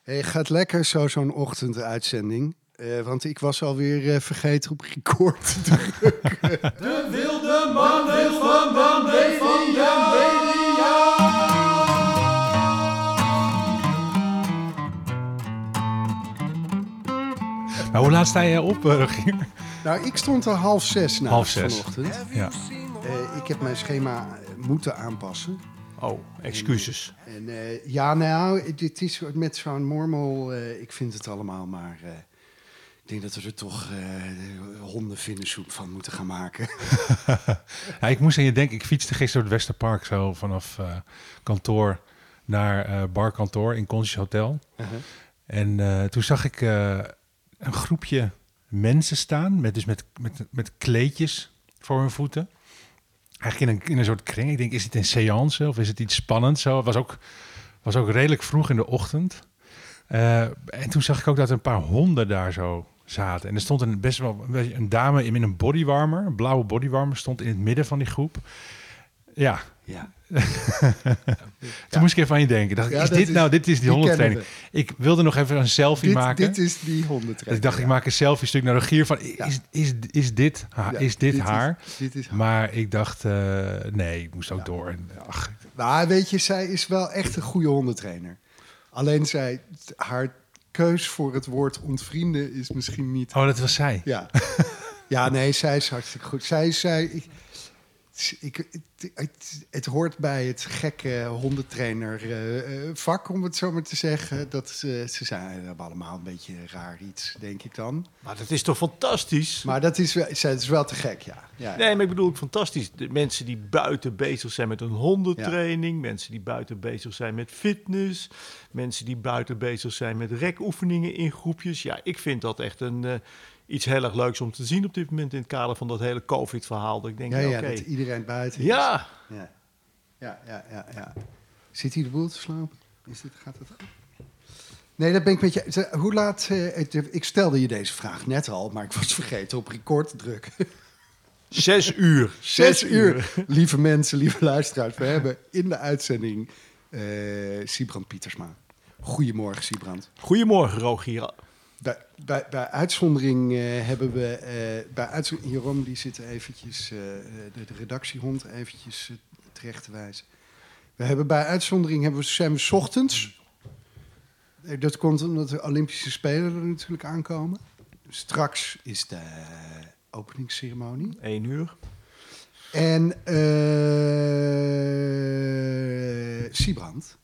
Hey, gaat lekker zo'n ochtenduitzending. Want ik was alweer vergeten op record te drukken. De wilde mannen van de media. Maar hoe laat sta jij op, Rogier? Nou, ik stond er 5:30 vanochtend. Ja. Ik heb mijn schema moeten aanpassen. Oh, excuses. Dit is met zo'n mormel. Ik vind het allemaal, maar ik denk dat we er toch hondenvinnensoep van moeten gaan maken. Ja, ik moest aan je denken, ik fietste gisteren door het Westerpark zo vanaf kantoor naar barkantoor in Conscious Hotel. Uh-huh. En toen zag ik een groepje mensen staan met kleedjes voor hun voeten. Eigenlijk in een soort kring. Ik denk, is het een séance of is het iets spannends? Zo, het was ook redelijk vroeg in de ochtend. En toen zag ik ook dat er een paar honden daar zo zaten. En er stond een dame in een bodywarmer, een blauwe bodywarmer, stond in het midden van die groep. Ja. Toen moest ik even aan je denken. Dacht, dit is die hondentraining. Ik wilde nog even een selfie maken. Dit is die hondentraining. Dus ik dacht, ik maak een selfie stuk naar Rogier van, is dit haar? Dit is haar. Maar ik dacht, nee, ik moest ook door. En, Maar weet je, zij is wel echt een goede hondentrainer. Alleen haar keus voor het woord ontvrienden is misschien niet... Oh, dat was zij? Ja. Ja, nee, zij is hartstikke goed. Zij zei... Het hoort bij het gekke hondentrainer vak, om het zo maar te zeggen. Dat ze zijn allemaal een beetje raar iets, denk ik dan. Maar dat is toch fantastisch? Maar dat is wel te gek, ja. Nee, maar ik bedoel ook fantastisch. De mensen die buiten bezig zijn met een hondentraining, mensen die buiten bezig zijn met fitness, mensen die buiten bezig zijn met rekoefeningen in groepjes. Ja, ik vind dat echt iets heel erg leuks om te zien op dit moment in het kader van dat hele COVID-verhaal. Dat ik denk, dat iedereen buiten is. Ja. Zit hij de boel te slapen? Gaat het goed? Nee, dat ben ik met je. Hoe laat? Ik stelde je deze vraag net al, maar ik was vergeten op record te drukken. 6 uur. 6 uur. Lieve mensen, lieve luisteraars, we hebben in de uitzending Siebrand Pietersma. Goedemorgen, Siebrand. Goedemorgen, Rogier. Bij uitzondering hebben we... Jeroen, die zit eventjes... de redactiehond eventjes terecht te wijzen. We hebben bij uitzondering zijn we 's ochtends. Dat komt omdat de Olympische Spelen er natuurlijk aankomen. Straks is de openingsceremonie. 1 uur. En Siebrand...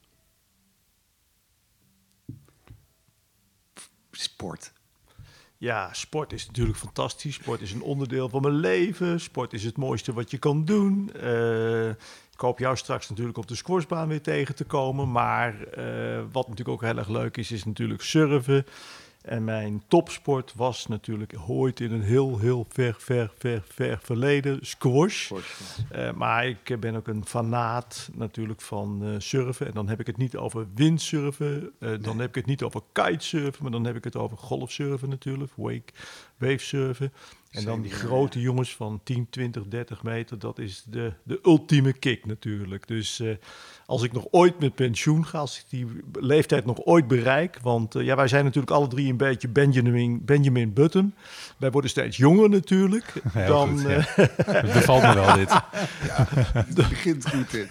Sport. Ja, sport is natuurlijk fantastisch. Sport is een onderdeel van mijn leven. Sport is het mooiste wat je kan doen. Ik hoop jou straks natuurlijk op de squashbaan weer tegen te komen. Maar wat natuurlijk ook heel erg leuk is natuurlijk surfen. En mijn topsport was natuurlijk ooit in een heel ver verleden squash. Maar ik ben ook een fanaat natuurlijk van surfen. En dan heb ik het niet over windsurfen. Dan heb ik het niet over kitesurfen. Maar dan heb ik het over golfsurfen natuurlijk. Wavesurfen. En dan die grote jongens van 10, 20, 30 meter. Dat is de ultieme kick natuurlijk. Dus als ik nog ooit met pensioen ga, als ik die leeftijd nog ooit bereik. Want wij zijn natuurlijk alle drie een beetje Benjamin Button. Wij worden steeds jonger natuurlijk. Ja, dan goed, dat bevalt me wel dit. Het begint goed dit.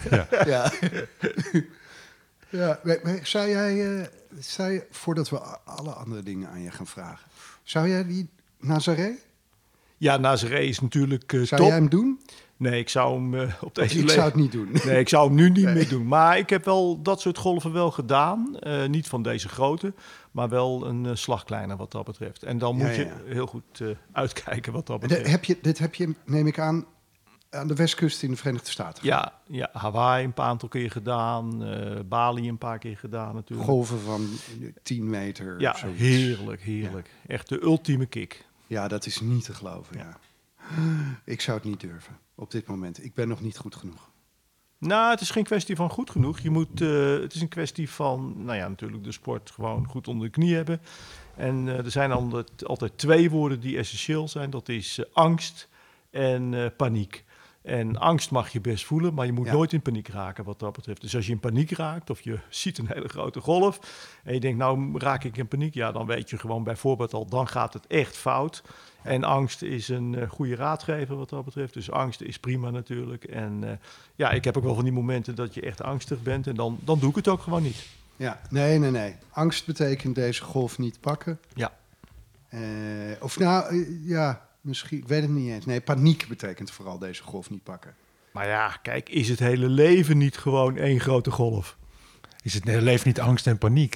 Ja, zou jij, voordat we alle andere dingen aan je gaan vragen, zou jij die Nazaré? Ja, Nazaré is natuurlijk Zou top. jij hem doen? Nee, ik zou hem op deze Ik zou het niet doen. Nee, ik zou hem nu niet meer doen. Maar ik heb wel dat soort golven wel gedaan. Niet van deze grote, maar wel een slag kleiner wat dat betreft. En dan moet je heel goed uitkijken wat dat betreft. Dit heb je, neem ik aan de westkust in de Verenigde Staten. Ja, Hawaii een aantal keer gedaan. Bali een paar keer gedaan natuurlijk. Golven van 10 meter. Ja, heerlijk. Ja. Echt de ultieme kick. Ja, dat is niet te geloven, ja. Ik zou het niet durven op dit moment. Ik ben nog niet goed genoeg. Nou, het is geen kwestie van goed genoeg. Het is een kwestie van, natuurlijk de sport gewoon goed onder de knie hebben. En er zijn altijd 2 woorden die essentieel zijn. Dat is angst en paniek. En angst mag je best voelen, maar je moet Ja. nooit in paniek raken wat dat betreft. Dus als je in paniek raakt of je ziet een hele grote golf en je denkt, nou raak ik in paniek, ja, dan weet je gewoon bijvoorbeeld al, dan gaat het echt fout. En angst is een goede raadgever wat dat betreft. Dus angst is prima natuurlijk. En ja, ik heb ook wel van die momenten dat je echt angstig bent en dan doe ik het ook gewoon niet. Ja, nee. Angst betekent deze golf niet pakken. Ja. Of nou, ja, misschien, ik weet het niet eens. Nee, paniek betekent vooral deze golf niet pakken. Maar ja, kijk, is het hele leven niet gewoon één grote golf? Is het leven niet angst en paniek?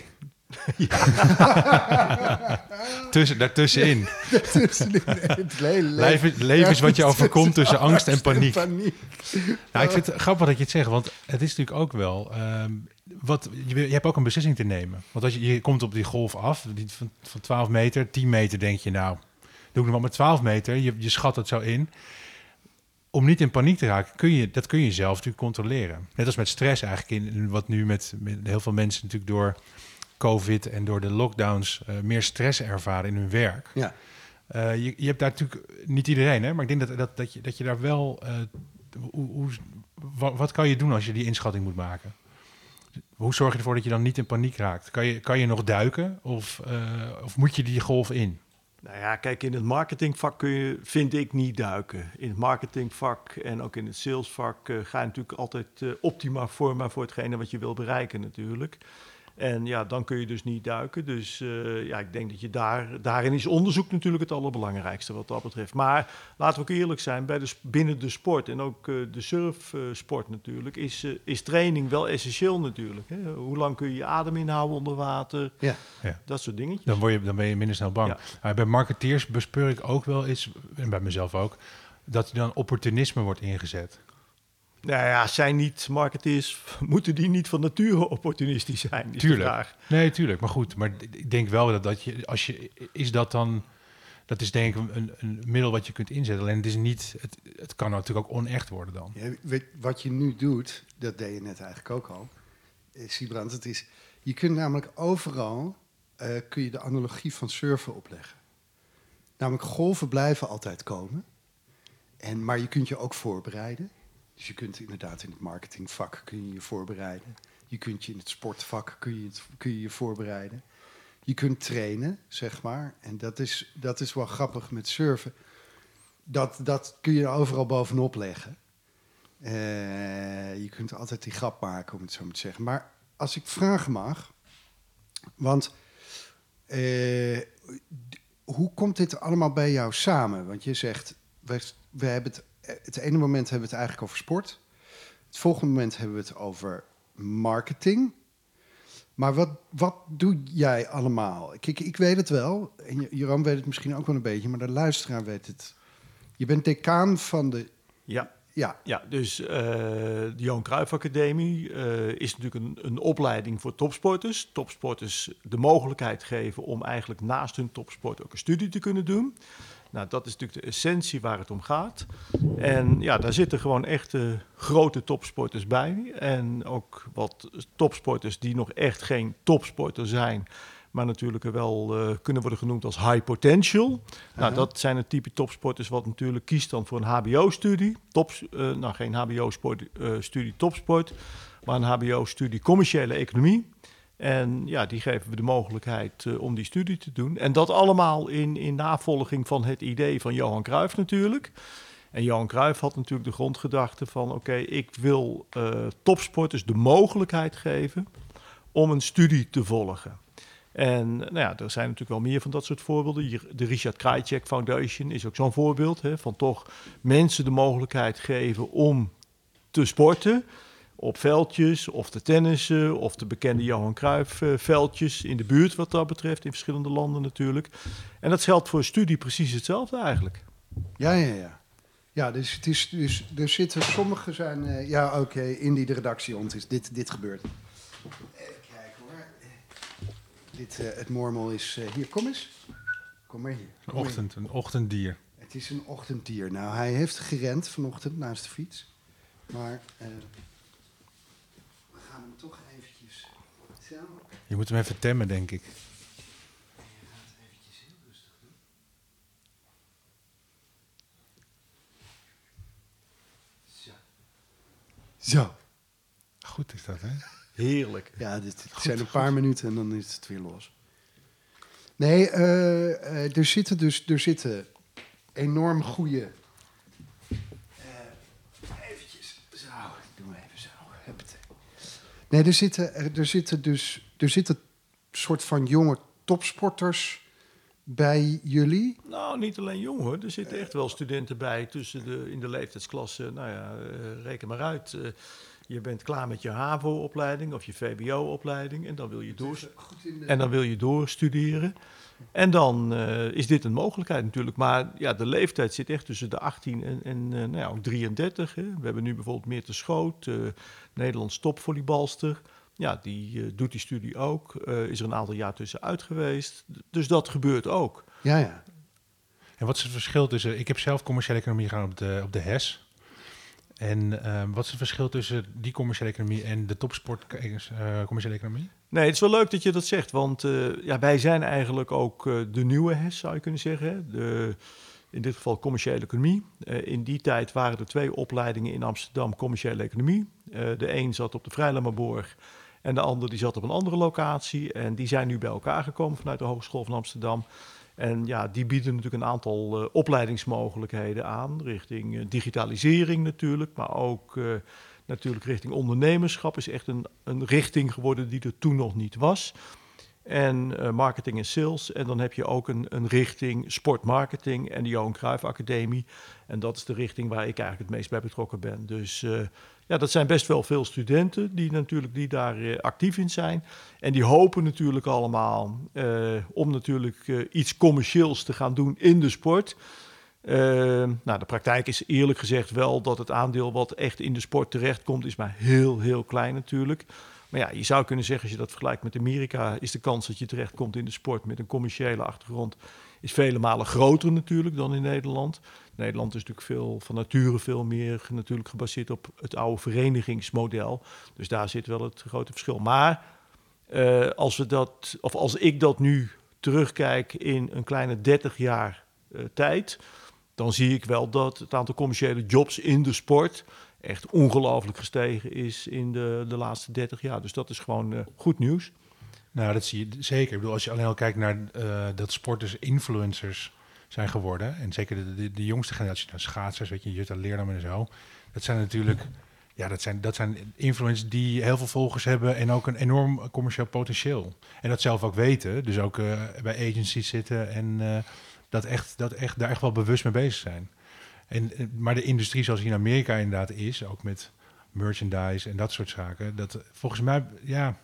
Daartussenin. Het hele Leven is wat je overkomt tussen angst en paniek. paniek. Nou, ik vind het grappig dat je het zegt, want het is natuurlijk ook wel... je hebt ook een beslissing te nemen. Want als je komt op die golf af, van 12 meter, 10 meter denk je, nou, doe ik nog wel met 12 meter. Je schat het zo in. Om niet in paniek te raken, dat kun je zelf natuurlijk controleren. Net als met stress eigenlijk, wat nu met heel veel mensen natuurlijk door COVID en door de lockdowns meer stress ervaren in hun werk. Ja. Je hebt daar natuurlijk niet iedereen, hè? Maar ik denk dat je daar wel... wat kan je doen als je die inschatting moet maken? Hoe zorg je ervoor dat je dan niet in paniek raakt? Kan je nog duiken of moet je die golf in? Nou ja, kijk, in het marketingvak vind ik, niet duiken. In het marketingvak en ook in het salesvak ga je natuurlijk altijd optima forma voor hetgene wat je wil bereiken natuurlijk. En ja, dan kun je dus niet duiken. Dus ja, ik denk dat je daarin is onderzoek natuurlijk het allerbelangrijkste wat dat betreft. Maar laten we ook eerlijk zijn, binnen de sport en ook de surfsport natuurlijk, is training wel essentieel natuurlijk. Hè? Hoe lang kun je je adem inhouden onder water? Ja. Dat soort dingetjes. Dan ben je minder snel bang. Ja. Maar bij marketeers bespeur ik ook wel eens, en bij mezelf ook, dat dan opportunisme wordt ingezet. Nou ja, zijn niet marketeers, moeten die niet van nature opportunistisch zijn? Is Tuurlijk. de vraag. Nee, tuurlijk. Maar goed, maar ik denk wel dat is dat dan... Dat is denk ik een middel wat je kunt inzetten. Alleen het is niet... Het kan natuurlijk ook onecht worden dan. Ja, wat je nu doet, dat deed je net eigenlijk ook al. Siebrand, je kunt namelijk overal kun je de analogie van surfen opleggen. Namelijk golven blijven altijd komen. Maar je kunt je ook voorbereiden. Dus je kunt inderdaad in het marketingvak kun je je voorbereiden. Je kunt je in het sportvak kun je je voorbereiden. Je kunt trainen, zeg maar. En dat is wel grappig met surfen. Dat kun je er overal bovenop leggen. Je kunt altijd die grap maken, om het zo maar te zeggen. Maar als ik vragen mag... Want hoe komt dit allemaal bij jou samen? Want je zegt, we hebben het ene moment hebben we het eigenlijk over sport. Het volgende moment hebben we het over marketing. Maar wat doe jij allemaal? Kijk, ik weet het wel. En Jeroen weet het misschien ook wel een beetje. Maar de luisteraar weet het. Je bent decaan van de... Ja, dus de Johan Cruijff Academie is natuurlijk een opleiding voor topsporters. Topsporters de mogelijkheid geven om eigenlijk naast hun topsport ook een studie te kunnen doen. Nou, dat is natuurlijk de essentie waar het om gaat. En ja, daar zitten gewoon echte grote topsporters bij. En ook wat topsporters die nog echt geen topsporter zijn, maar natuurlijk er wel kunnen worden genoemd als high potential. Nou, dat zijn het type topsporters wat natuurlijk kiest dan voor een hbo-studie. Geen hbo-studie topsport, maar een hbo-studie commerciële economie. En ja, die geven we de mogelijkheid om die studie te doen. En dat allemaal in navolging van het idee van Johan Cruijff natuurlijk. En Johan Cruijff had natuurlijk de grondgedachte van... oké, ik wil topsporters de mogelijkheid geven om een studie te volgen. En nou ja, er zijn natuurlijk wel meer van dat soort voorbeelden. De Richard Krajicek Foundation is ook zo'n voorbeeld. Van toch mensen de mogelijkheid geven om te sporten op veldjes of te tennissen of de bekende Johan Cruijff veldjes in de buurt wat dat betreft, in verschillende landen natuurlijk. En dat geldt voor studie precies hetzelfde eigenlijk. Ja. Ja, dus het is er zitten sommigen zijn... in die redactie is dit gebeurd. Kijk hoor. Het mormel is... hier, kom eens. Kom maar hier. Een ochtenddier. Het is een ochtenddier. Nou, hij heeft gerend vanochtend naast de fiets. Maar we gaan hem toch eventjes... Zo. Je moet hem even temmen, denk ik. Je gaat het eventjes heel rustig doen. goed is dat, hè? Heerlijk. Ja, dit zijn een paar minuten en dan is het weer los. Nee, er zitten enorm goede... eventjes zo, doe even zo. Huppatee. Nee, er zitten soort van jonge topsporters bij jullie. Nou, niet alleen jong hoor. Er zitten echt wel studenten bij in de leeftijdsklasse. Nou ja, reken maar uit. Je bent klaar met je HAVO-opleiding of je VBO-opleiding en dan wil je doorstuderen. En dan is dit een mogelijkheid natuurlijk. Maar ja, de leeftijd zit echt tussen de 18 en ook 33. Hè. We hebben nu bijvoorbeeld Meerte Schoot, Nederlands topvolleybalster. Ja, die doet die studie ook. Is er een aantal jaar tussenuit geweest. Dus dat gebeurt ook. Ja. En wat is het verschil tussen... Ik heb zelf commerciële economie gedaan op de HES. En wat is het verschil tussen die commerciële economie en de topsport commerciële economie? Nee, het is wel leuk dat je dat zegt, want wij zijn eigenlijk ook de nieuwe HES, zou je kunnen zeggen. In dit geval commerciële economie. In die tijd waren er 2 opleidingen in Amsterdam commerciële economie. De een zat op de Vrijlammerborg en de ander die zat op een andere locatie. En die zijn nu bij elkaar gekomen vanuit de Hogeschool van Amsterdam. En ja, die bieden natuurlijk een aantal opleidingsmogelijkheden aan, richting digitalisering natuurlijk, maar ook natuurlijk richting ondernemerschap is echt een richting geworden die er toen nog niet was. En marketing en sales. En dan heb je ook een richting sportmarketing en de Johan Cruijff Academie. En dat is de richting waar ik eigenlijk het meest bij betrokken ben. Dus dat zijn best wel veel studenten die daar actief in zijn. En die hopen natuurlijk allemaal om natuurlijk iets commercieels te gaan doen in de sport. De praktijk is eerlijk gezegd wel dat het aandeel wat echt in de sport terechtkomt is maar heel, heel klein natuurlijk. Maar ja, je zou kunnen zeggen, als je dat vergelijkt met Amerika, is de kans dat je terechtkomt in de sport met een commerciële achtergrond is vele malen groter natuurlijk dan in Nederland. Nederland is natuurlijk van nature veel meer natuurlijk gebaseerd op het oude verenigingsmodel. Dus daar zit wel het grote verschil. Maar als ik dat nu terugkijk in een kleine 30 jaar tijd, dan zie ik wel dat het aantal commerciële jobs in de sport echt ongelooflijk gestegen is in de laatste 30 jaar. Dus dat is gewoon goed nieuws. Nou, dat zie je zeker. Ik bedoel, als je alleen al kijkt naar dat sporters influencers zijn geworden, en zeker de jongste generatie, schaatsers, weet je, Jutta Leerdam en zo, dat zijn natuurlijk, ja, dat zijn influencers die heel veel volgers hebben en ook een enorm commercieel potentieel. En dat zelf ook weten, dus ook bij agencies zitten en daar echt wel bewust mee bezig zijn. Maar de industrie zoals die in Amerika inderdaad is, ook met merchandise en dat soort zaken, dat volgens mij, ja,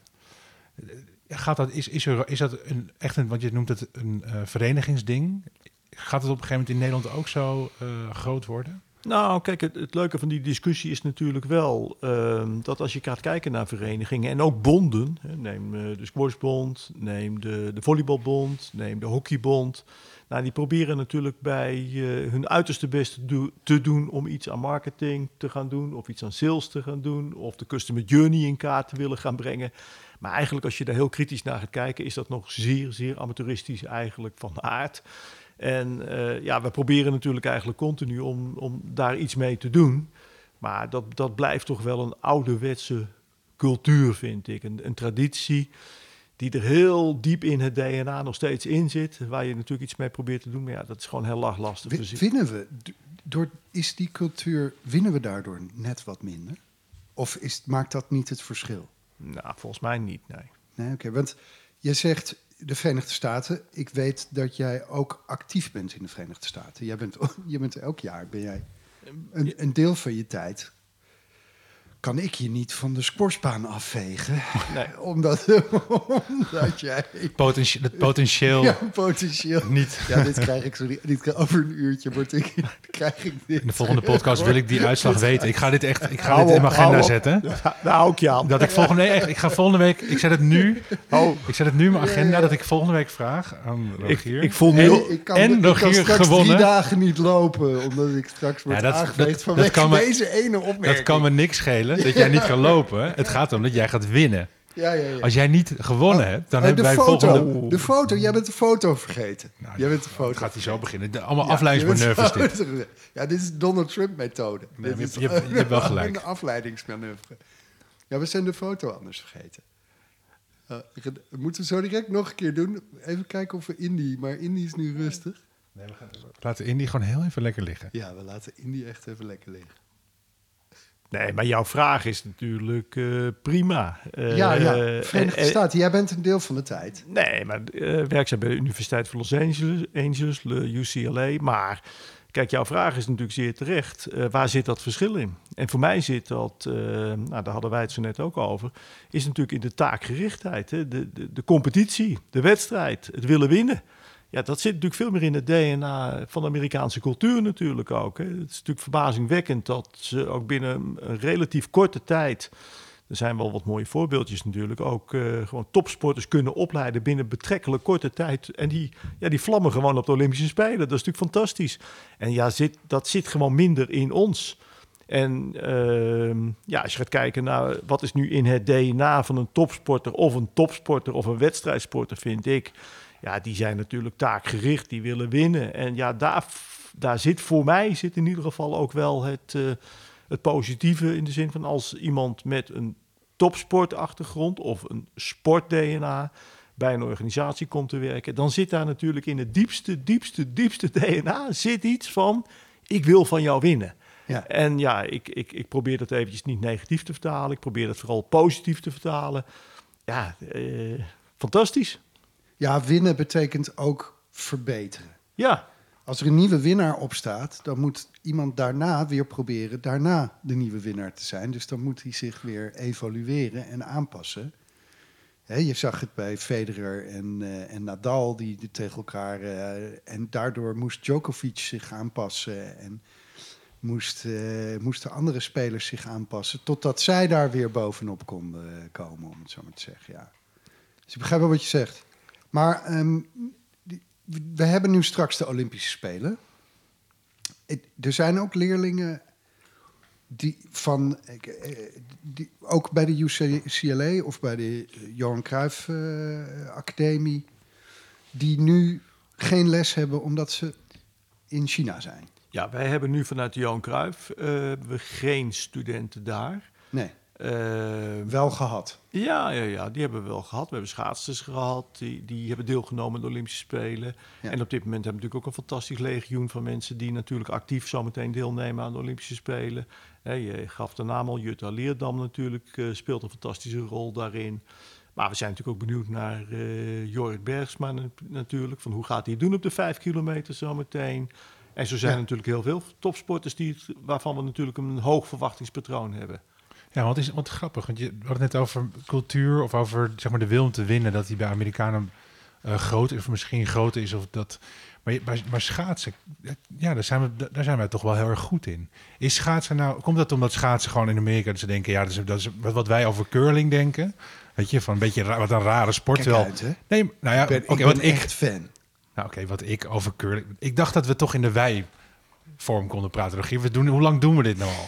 is dat echt een, want je noemt het een verenigingsding. Gaat het op een gegeven moment in Nederland ook zo groot worden? Nou, kijk, het leuke van die discussie is natuurlijk wel dat als je gaat kijken naar verenigingen en ook bonden, neem de squashbond, neem de volleybalbond, neem de hockeybond. Nou, die proberen natuurlijk bij hun uiterste best te doen om iets aan marketing te gaan doen, of iets aan sales te gaan doen, of de customer journey in kaart te willen gaan brengen. Maar eigenlijk, als je daar heel kritisch naar gaat kijken, is dat nog zeer, zeer amateuristisch eigenlijk van aard. En we proberen natuurlijk eigenlijk continu om daar iets mee te doen. Maar dat blijft toch wel een ouderwetse cultuur, vind ik. Een traditie die er heel diep in het DNA nog steeds in zit. Waar je natuurlijk iets mee probeert te doen. Maar ja, dat is gewoon heel erg lastig. Winnen we daardoor net wat minder? Of maakt dat niet het verschil? Nou, volgens mij niet, nee. Nee, oké, want je zegt de Verenigde Staten. Ik weet dat jij ook actief bent in de Verenigde Staten. Je bent elk jaar, ben jij een deel van je tijd. Kan ik je niet van de squashbaan afvegen? Nee. Omdat jij... Potentieel. Ja, potentieel. Niet. Ja, dit krijg ik over een uurtje. Krijg ik dit. In de volgende podcast wil ik die uitslag weten. Ik ga dit in mijn agenda zetten. Daar hou ik je aan. Dat ik volgende week... Ik zet het nu in mijn agenda dat ik volgende week vraag aan Rogier. Ik voel nu... Ik kan straks 3 dagen niet lopen, omdat ik straks word aangeveegd vanwege deze ene opmerking. Dat kan me niks schelen, dat jij niet kan lopen. Het gaat erom dat jij gaat winnen. Ja. Als jij niet gewonnen hebt, dan hebben wij volgende... De foto, jij bent de foto vergeten. Nou, jij bent de foto. Gaat hij zo beginnen. Allemaal afleidingsmanoeuvres dit. Ja, dit is de Donald Trump methode. Nee, je hebt wel gelijk. Een afleidingsmanoeuvre. Ja, we zijn de foto anders vergeten. Moeten we zo direct nog een keer doen. Even kijken of we Indy... Maar Indy is nu rustig. Nee, we laten Indy gewoon heel even lekker liggen. Ja, we laten Indy echt even lekker liggen. Nee, maar jouw vraag is natuurlijk prima. Verenigde Staten, jij bent een deel van de tijd. Nee, maar werkzaam bij de Universiteit van Los Angeles, UCLA. Maar kijk, jouw vraag is natuurlijk zeer terecht. Waar zit dat verschil in? En voor mij zit dat, daar hadden wij het zo net ook over, is natuurlijk in de taakgerichtheid. Hè? De competitie, de wedstrijd, het willen winnen. Ja, dat zit natuurlijk veel meer in het DNA van de Amerikaanse cultuur natuurlijk ook. Hè. Het is natuurlijk verbazingwekkend dat ze ook binnen een relatief korte tijd... Er zijn wel wat mooie voorbeeldjes natuurlijk. Ook gewoon topsporters kunnen opleiden binnen betrekkelijk korte tijd. En die vlammen gewoon op de Olympische Spelen. Dat is natuurlijk fantastisch. En ja, dat zit gewoon minder in ons. En als je gaat kijken naar wat is nu in het DNA van een topsporter of een wedstrijdsporter, vind ik... Ja, die zijn natuurlijk taakgericht, die willen winnen. En ja, daar zit voor mij in ieder geval ook wel het positieve... in de zin van als iemand met een topsportachtergrond of een sport-DNA... bij een organisatie komt te werken... dan zit daar natuurlijk in het diepste DNA... zit iets van, ik wil van jou winnen. Ja. En ja, ik probeer dat eventjes niet negatief te vertalen. Ik probeer dat vooral positief te vertalen. Ja, fantastisch. Ja, winnen betekent ook verbeteren. Ja. Als er een nieuwe winnaar opstaat, dan moet iemand daarna weer proberen daarna de nieuwe winnaar te zijn. Dus dan moet hij zich weer evalueren en aanpassen. Je zag het bij Federer en Nadal, die tegen elkaar... en daardoor moest Djokovic zich aanpassen en moesten andere spelers zich aanpassen... totdat zij daar weer bovenop konden komen, om het zo maar te zeggen. Ja. Dus ik begrijp wel wat je zegt. Maar we hebben nu straks de Olympische Spelen. Er zijn ook leerlingen die ook bij de UCLA of bij de Johan Cruijff Academie... die nu geen les hebben omdat ze in China zijn. Ja, wij hebben nu vanuit de Johan Cruijff we geen studenten daar. Nee. Wel gehad. Ja, die hebben we wel gehad. We hebben schaatsers gehad, die hebben deelgenomen aan de Olympische Spelen. Ja. En op dit moment hebben we natuurlijk ook een fantastisch legioen van mensen... die natuurlijk actief zometeen deelnemen aan de Olympische Spelen. Je gaf de naam al, Jutta Leerdam natuurlijk, speelt een fantastische rol daarin. Maar we zijn natuurlijk ook benieuwd naar Jorrit Bergsma natuurlijk. Van hoe gaat hij het doen op de 5 kilometer zometeen? En zo zijn er natuurlijk heel veel topsporters waarvan we natuurlijk een hoog verwachtingspatroon hebben. Ja, wat grappig. Want je had het net over cultuur of over zeg maar, de wil om te winnen... dat die bij Amerikanen groot is of misschien groter is. Of dat, maar schaatsen, ja, daar zijn wij toch wel heel erg goed in. Is schaatsen nou... Komt dat omdat schaatsen gewoon in Amerika... dat ze denken, ja, dat is wat wij over curling denken... Weet je, van een beetje wat een rare sport. Kijk wel. Uit, hè? Nee, nou ja, ik ben echt fan. Nou, wat ik over curling... Ik dacht dat we toch in de wij-vorm konden praten. Rogier, hoe lang doen we dit nou al?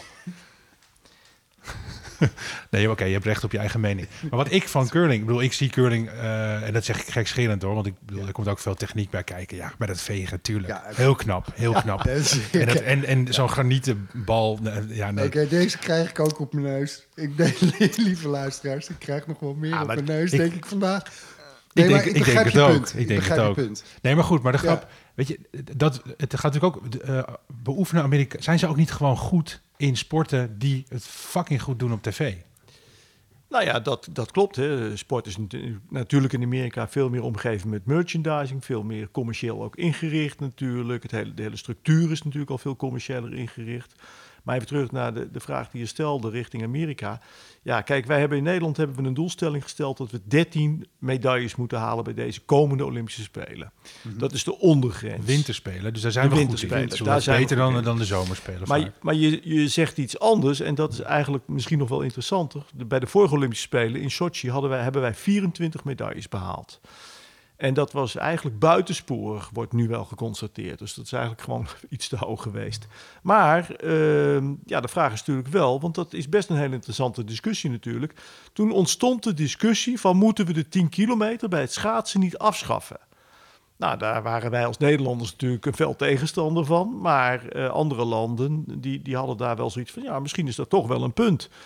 Nee, oké, je hebt recht op je eigen mening. Maar wat ik van curling... Ik bedoel, ik zie curling... en dat zeg ik gekscherend hoor... want ik bedoel, er komt ook veel techniek bij kijken. Ja, bij dat vegen, tuurlijk. Ja, heel knap, heel knap. En zo'n granieten bal... ja, nee. Oké, deze krijg ik ook op mijn neus. Lieve luisteraars, ik krijg nog wel meer op mijn neus, denk ik vandaag. Nee, ik denk het ook. Ik denk het ook. Nee, maar goed, maar de grap... Weet je, het gaat natuurlijk ook... beoefenen Amerika... Zijn ze ook niet gewoon goed in sporten die het fucking goed doen op tv? Nou ja, dat klopt. Hè. Sport is natuurlijk in Amerika veel meer omgeven met merchandising. Veel meer commercieel ook ingericht natuurlijk. De hele structuur is natuurlijk al veel commerciëler ingericht. Maar even terug naar de vraag die je stelde richting Amerika. Ja, kijk, wij hebben in Nederland een doelstelling gesteld... dat we 13 medailles moeten halen bij deze komende Olympische Spelen. Mm-hmm. Dat is de ondergrens. Winterspelen, dus daar zijn we goed in. Dat is beter dan de zomerspelen. Maar je zegt iets anders en dat is eigenlijk misschien nog wel interessanter. Bij de vorige Olympische Spelen in Sochi hebben wij 24 medailles behaald. En dat was eigenlijk buitensporig, wordt nu wel geconstateerd. Dus dat is eigenlijk gewoon iets te hoog geweest. Maar de vraag is natuurlijk wel, want dat is best een hele interessante discussie natuurlijk. Toen ontstond de discussie van moeten we de 10 kilometer bij het schaatsen niet afschaffen? Nou, daar waren wij als Nederlanders natuurlijk een fel tegenstander van. Maar andere landen die hadden daar wel zoiets van, ja, misschien is dat toch wel een punt.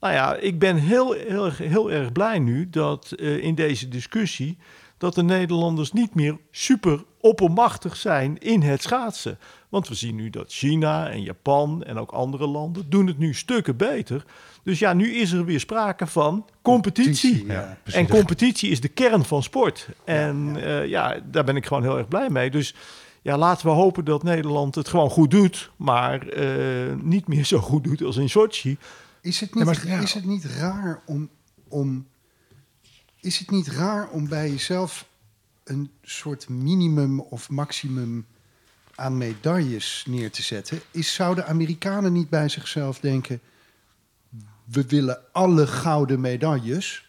Nou ja, ik ben heel erg blij nu dat in deze discussie dat de Nederlanders niet meer super oppermachtig zijn in het schaatsen. Want we zien nu dat China en Japan en ook andere landen doen het nu stukken beter. Dus ja, nu is er weer sprake van competitie. Ja, En competitie is de kern van sport. En daar ben ik gewoon heel erg blij mee. Dus ja, laten we hopen dat Nederland het gewoon goed doet, maar niet meer zo goed doet als in Sochi. Is het niet raar om bij jezelf een soort minimum of maximum aan medailles neer te zetten? Zouden Amerikanen niet bij zichzelf denken, we willen alle gouden medailles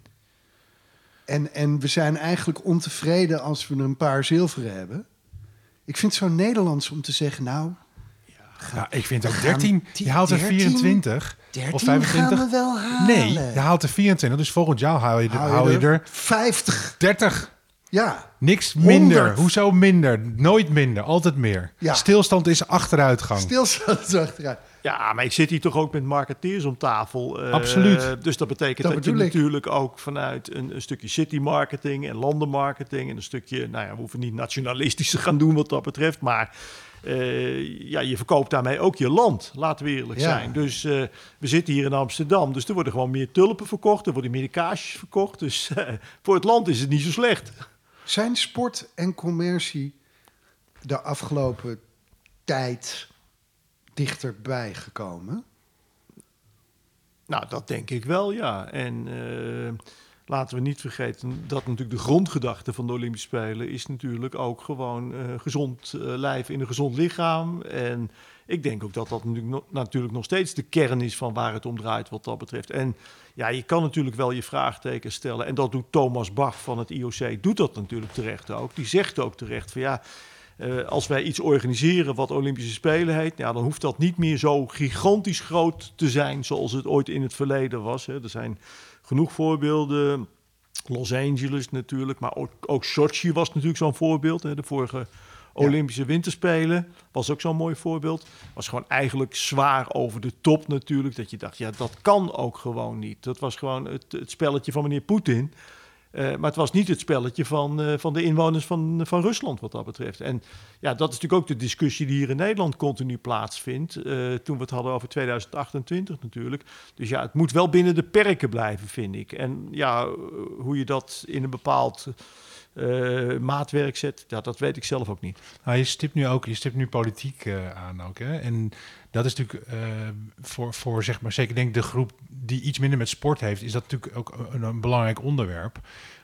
en we zijn eigenlijk ontevreden als we er een paar zilveren hebben? Ik vind het zo Nederlands om te zeggen, nou... ik vind ook 13, je haalt er 24 of 25. Gaan we wel halen. Nee, je haalt er 24, dus volgend jaar haal je er 50. 30. Ja. Niks minder. 100. Hoezo minder? Nooit minder, altijd meer. Ja. Stilstand is achteruitgang. Stilstand is achteruit. Ja, maar ik zit hier toch ook met marketeers om tafel. Absoluut. Dus dat betekent dat je natuurlijk ook vanuit een stukje city marketing en landenmarketing en een stukje, we hoeven niet nationalistisch te gaan doen wat dat betreft, maar je verkoopt daarmee ook je land, laten we eerlijk zijn. Dus we zitten hier in Amsterdam, dus er worden gewoon meer tulpen verkocht, er worden meer kaasjes verkocht. Dus voor het land is het niet zo slecht. Zijn sport en commercie de afgelopen tijd dichterbij gekomen? Nou, dat denk ik wel, ja. En laten we niet vergeten dat natuurlijk de grondgedachte van de Olympische Spelen is natuurlijk ook gewoon gezond lijf in een gezond lichaam. En ik denk ook dat natuurlijk nog steeds de kern is van waar het om draait wat dat betreft. En ja, je kan natuurlijk wel je vraagtekens stellen. En dat doet Thomas Bach van het IOC, doet dat natuurlijk terecht ook. Die zegt ook terecht van ja, als wij iets organiseren wat Olympische Spelen heet, dan hoeft dat niet meer zo gigantisch groot te zijn zoals het ooit in het verleden was. Hè. Er zijn genoeg voorbeelden. Los Angeles natuurlijk, maar ook Sochi was natuurlijk zo'n voorbeeld. Hè. De vorige Olympische Winterspelen was ook zo'n mooi voorbeeld. Was gewoon eigenlijk zwaar over de top natuurlijk. Dat je dacht, ja, dat kan ook gewoon niet. Dat was gewoon het spelletje van meneer Poetin. Maar het was niet het spelletje van de inwoners van Rusland wat dat betreft. En ja, dat is natuurlijk ook de discussie die hier in Nederland continu plaatsvindt. Toen we het hadden over 2028 natuurlijk. Dus ja, het moet wel binnen de perken blijven, vind ik. En ja, hoe je dat in een bepaald maatwerk zet, dat weet ik zelf ook niet. Nou, je stipt nu politiek aan ook. Hè? En dat is natuurlijk voor zeg maar, zeker denk ik de groep die iets minder met sport heeft, is dat natuurlijk ook een belangrijk onderwerp.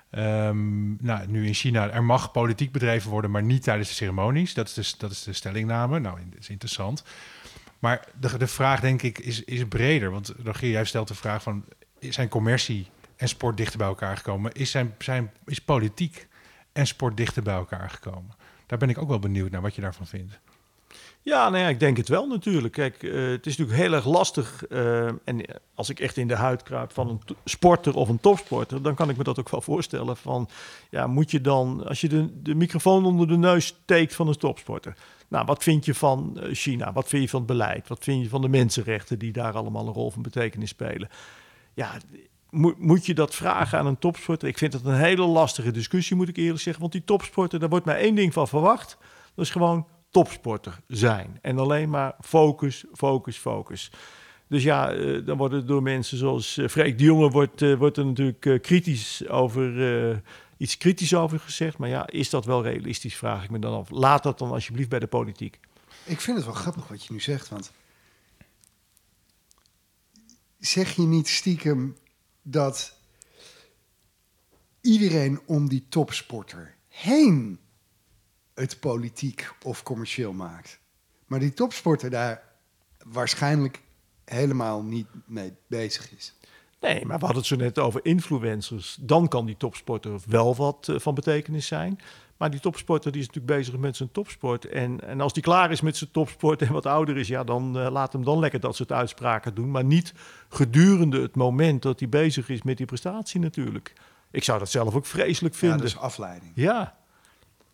Nu in China, er mag politiek bedreven worden, maar niet tijdens de ceremonies. Dat is de stellingname. Nou, dat is interessant. Maar de vraag, denk ik, is breder. Want Rogier, jij stelt de vraag van, zijn commercie en sport dichter bij elkaar gekomen? Is politiek en sport dichter bij elkaar gekomen? Daar ben ik ook wel benieuwd naar wat je daarvan vindt. Ja, ik denk het wel natuurlijk. Kijk, het is natuurlijk heel erg lastig. En als ik echt in de huid kruip van een sporter of een topsporter, dan kan ik me dat ook wel voorstellen. Van, ja, moet je dan, als je de microfoon onder de neus steekt van een topsporter. Nou, wat vind je van China? Wat vind je van het beleid? Wat vind je van de mensenrechten die daar allemaal een rol van betekenis spelen? Ja, moet je dat vragen aan een topsporter? Ik vind het een hele lastige discussie, moet ik eerlijk zeggen. Want die topsporter, daar wordt maar één ding van verwacht. Dat is gewoon topsporter zijn. En alleen maar focus, focus, focus. Dus ja, dan worden door mensen zoals Freek de Jonge wordt er natuurlijk iets kritisch over gezegd. Maar ja, is dat wel realistisch, vraag ik me dan af. Laat dat dan alsjeblieft bij de politiek. Ik vind het wel grappig wat je nu zegt, want zeg je niet stiekem dat iedereen om die topsporter heen het politiek of commercieel maakt, maar die topsporter daar waarschijnlijk helemaal niet mee bezig is? Nee, maar we hadden het zo net over influencers. Dan kan die topsporter wel wat van betekenis zijn. Maar die topsporter die is natuurlijk bezig met zijn topsport. En als die klaar is met zijn topsport en wat ouder is, ja, dan laat hem dan lekker dat soort uitspraken doen. Maar niet gedurende het moment dat hij bezig is met die prestatie natuurlijk. Ik zou dat zelf ook vreselijk vinden. Ja, dat is afleiding. Ja.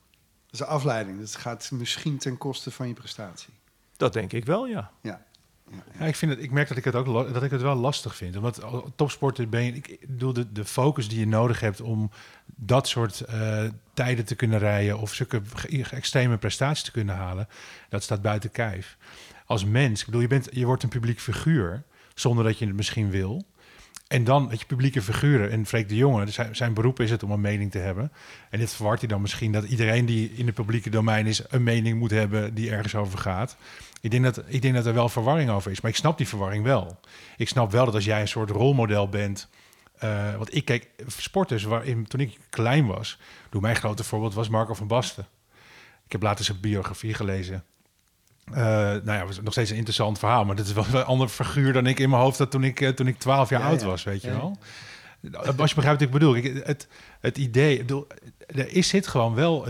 Dat is een afleiding. Dat gaat misschien ten koste van je prestatie. Dat denk ik wel, ja. Ja. Ja, ik merk dat ik het ook dat ik het wel lastig vind. Omdat topsporter ben je... Ik bedoel, de focus die je nodig hebt om dat soort tijden te kunnen rijden of zulke extreme prestaties te kunnen halen, dat staat buiten kijf. Als mens, ik bedoel, je wordt een publiek figuur zonder dat je het misschien wil. En dan dat je publieke figuren, en Freek de Jonge, zijn beroep is het om een mening te hebben. En dit verwart hij dan misschien dat iedereen die in het publieke domein is een mening moet hebben die ergens over gaat. Ik denk dat er wel verwarring over is, maar ik snap die verwarring wel. Ik snap wel dat als jij een soort rolmodel bent. Want ik kijk, sporters toen ik klein was, mijn grote voorbeeld was Marco van Basten. Ik heb later zijn biografie gelezen. Was nog steeds een interessant verhaal, maar dat is wel een ander figuur dan ik in mijn hoofd had toen ik 12 jaar oud was, weet je wel. Als je begrijpt wat ik bedoel, het idee, er zit gewoon wel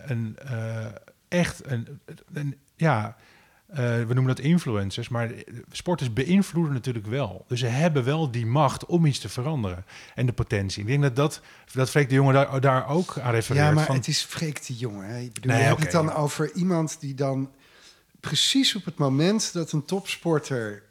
we noemen dat influencers, maar sporters beïnvloeden natuurlijk wel. Dus ze hebben wel die macht om iets te veranderen en de potentie. Ik denk dat Freek de Jonge daar ook aan refereert. Ja, maar het is Freek de Jonge. Hè? Ik bedoel, je hebt het dan over iemand die dan precies op het moment dat een topsporter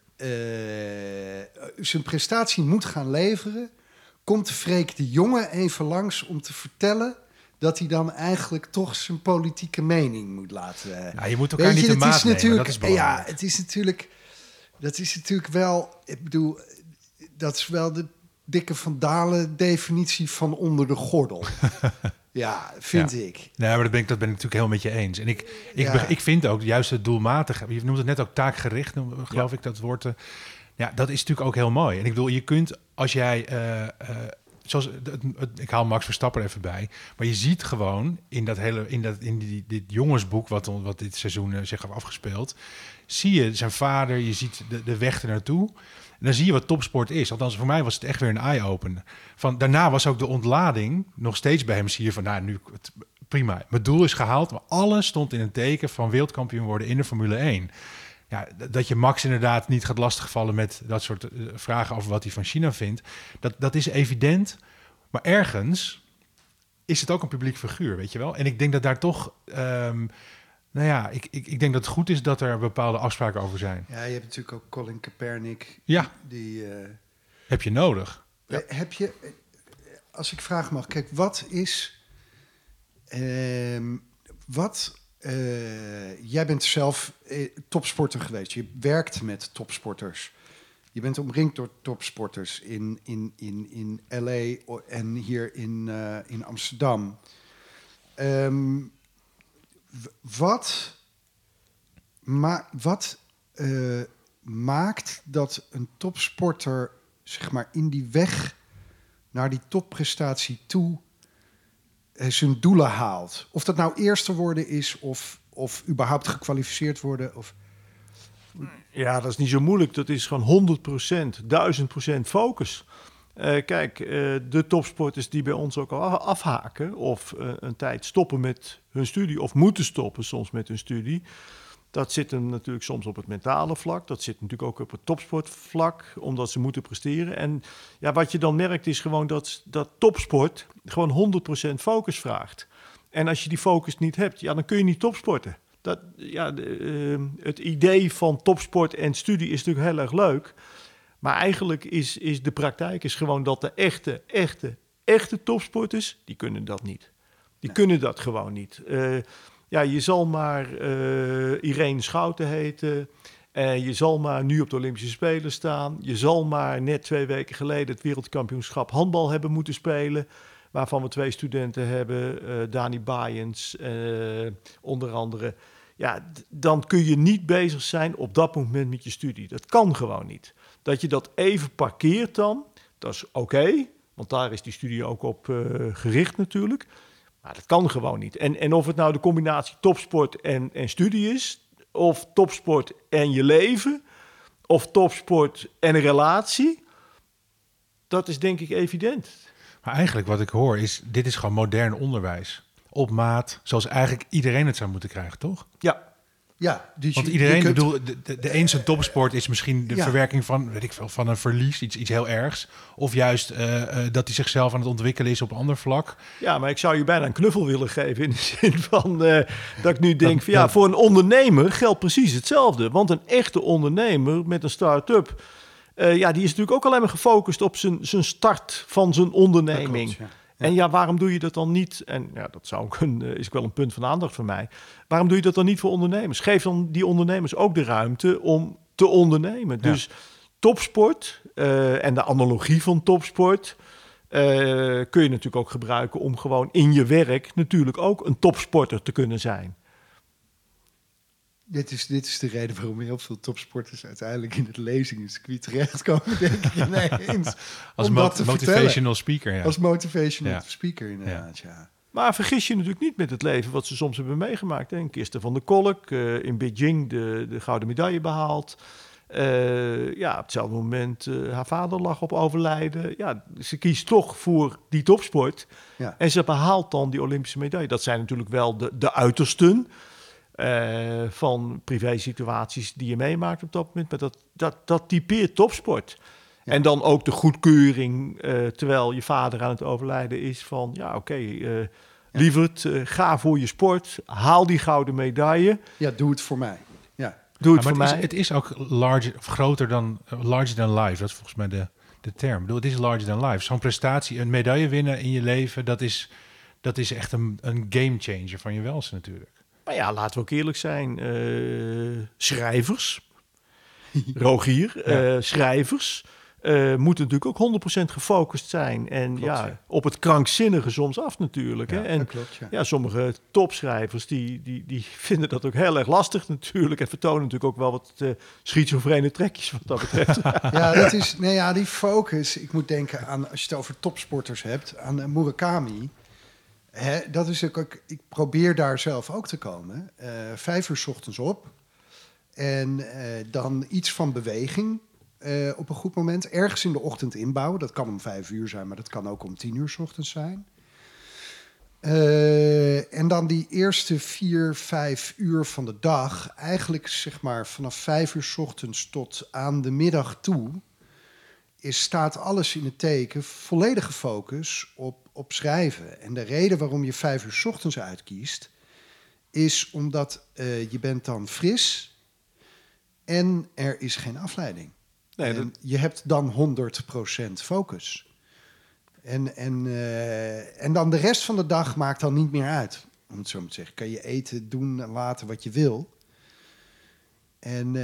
zijn prestatie moet gaan leveren, komt Freek de Jonge even langs om te vertellen dat hij dan eigenlijk toch zijn politieke mening moet laten. Je moet elkaar niet de maat nemen, dat is belangrijk. Ja, dat is natuurlijk wel, ik bedoel, dat is wel de dikke Van Dalen definitie van onder de gordel. Ja, vind ik. Nee, maar dat ben ik natuurlijk helemaal met je eens. En ik vind ook juist het doelmatig, je noemt het net ook taakgericht, geloof ik dat woord. Dat is natuurlijk ook heel mooi. En ik bedoel, je kunt als jij ik haal Max Verstappen even bij, maar je ziet gewoon in dit jongensboek wat dit seizoen zich heeft afgespeeld, zie je zijn vader, je ziet de weg ernaartoe. En dan zie je wat topsport is. Althans, voor mij was het echt weer een eye-opener. Daarna was ook de ontlading nog steeds bij hem. Zie je van, nu prima. Mijn doel is gehaald, maar alles stond in een teken van wereldkampioen worden in de Formule 1. Ja, dat je Max inderdaad niet gaat lastigvallen met dat soort vragen over wat hij van China vindt. Dat is evident. Maar ergens is het ook een publiek figuur, weet je wel. En ik denk dat daar toch... ik denk dat het goed is dat er bepaalde afspraken over zijn. Ja, je hebt natuurlijk ook Colin Kaepernick. Ja, die heb je nodig. Ja. Heb je, als ik vragen mag, kijk, wat is... jij bent zelf topsporter geweest. Je werkt met topsporters. Je bent omringd door topsporters in LA en hier in Amsterdam. Wat maakt dat een topsporter, zeg maar, in die weg naar die topprestatie toe zijn doelen haalt? Of dat nou eerste worden is of überhaupt gekwalificeerd worden? Of... Ja, dat is niet zo moeilijk. Dat is gewoon 100%, 1000% focus. Kijk, de topsporters die bij ons ook al afhaken of een tijd stoppen met hun studie of moeten stoppen soms met hun studie, dat zit hem natuurlijk soms op het mentale vlak. Dat zit natuurlijk ook op het topsportvlak, omdat ze moeten presteren. En ja, wat je dan merkt is gewoon dat topsport gewoon 100% focus vraagt. En als je die focus niet hebt, ja, dan kun je niet topsporten. Het idee van topsport en studie is natuurlijk heel erg leuk. Maar eigenlijk is de praktijk is gewoon dat de echte topsporters, die kunnen dat niet. Die kunnen dat gewoon niet. Je zal maar Irene Schouten heten. Je zal maar nu op de Olympische Spelen staan. Je zal maar net 2 weken geleden het wereldkampioenschap handbal hebben moeten spelen. Waarvan we 2 studenten hebben. Dani Baaiens, onder andere. Ja, dan kun je niet bezig zijn op dat moment met je studie. Dat kan gewoon niet. Dat je dat even parkeert dan, dat is oké, want daar is die studie ook op gericht natuurlijk. Maar dat kan gewoon niet. En of het nou de combinatie topsport en studie is, of topsport en je leven, of topsport en een relatie, dat is denk ik evident. Maar eigenlijk wat ik hoor is, dit is gewoon modern onderwijs. Op maat, zoals eigenlijk iedereen het zou moeten krijgen, toch? Ja. Ja, dus Want je iedereen, kunt- bedoel, de een zijn topsport is misschien de Ja. verwerking van, weet ik veel, van een verlies, iets heel ergs. Of juist dat hij zichzelf aan het ontwikkelen is op een ander vlak. Ja, maar ik zou je bijna een knuffel willen geven in de zin van dat ik nu denk Dat- van ja, dat- voor een ondernemer geldt precies hetzelfde. Want een echte ondernemer met een start-up, die is natuurlijk ook alleen maar gefocust op zijn start van zijn onderneming. Dat klopt, ja. En ja, waarom doe je dat dan niet? En ja, dat zou ook is ook wel een punt van aandacht voor mij. Waarom doe je dat dan niet voor ondernemers? Geef dan die ondernemers ook de ruimte om te ondernemen. Ja. Dus topsport en de analogie van topsport kun je natuurlijk ook gebruiken om gewoon in je werk natuurlijk ook een topsporter te kunnen zijn. Dit is de reden waarom heel veel topsporters uiteindelijk in het lezingencircuit terechtkomen, denk ik ineens. Als Om dat te motivational vertellen. speaker, ja. Als motivational Ja. speaker inderdaad, ja. Maar vergis je natuurlijk niet met het leven wat ze soms hebben meegemaakt. Hè? Kirsten van der Kolk, in Beijing de gouden medaille behaald. Op hetzelfde moment haar vader lag op overlijden. Ja, ze kiest toch voor die topsport. Ja. En ze behaalt dan die Olympische medaille. Dat zijn natuurlijk wel de uitersten van privé-situaties die je meemaakt op dat moment. Maar dat typeert topsport. Ja. En dan ook de goedkeuring, terwijl je vader aan het overlijden is van... ja, oké, lieverd, ga voor je sport, haal die gouden medaille, Ja, doe het voor mij. Ja, doe het Ja, voor maar mij. het is ook larger than life. Dat is volgens mij de term. Ik bedoel, het is larger than life. Zo'n prestatie, een medaille winnen in je leven, dat is echt een game changer van je welzijn natuurlijk. Maar ja, laten we ook eerlijk zijn. Schrijvers, Rogier, schrijvers... moeten natuurlijk ook 100% gefocust zijn. En Klopt, ja, ja. op het krankzinnige soms af natuurlijk. Ja, hè? En dat klopt, ja. ja, sommige topschrijvers die vinden dat ook heel erg lastig natuurlijk. En vertonen natuurlijk ook wel wat schizofrene trekjes wat dat betreft. Ja, dat is, nee, ja, die focus. Ik moet denken aan, als je het over topsporters hebt, aan Murakami. Hè, dat is ook, ik probeer daar zelf ook te komen. 5 uur 's ochtends op. En dan iets van beweging op een goed moment. Ergens in de ochtend inbouwen. Dat kan om 5 uur zijn, maar dat kan ook om 10 uur 's ochtends zijn. En dan die eerste 4, 5 uur van de dag, eigenlijk zeg maar vanaf 5 uur 's ochtends tot aan de middag toe, staat alles in het teken, volledige focus op schrijven. En de reden waarom je 5 uur 's ochtends uitkiest, is omdat je bent dan fris en er is geen afleiding. Nee, En je hebt dan 100% focus. En dan de rest van de dag maakt dan niet meer uit, om het zo maar te zeggen. Kan je eten, doen en laten wat je wil. En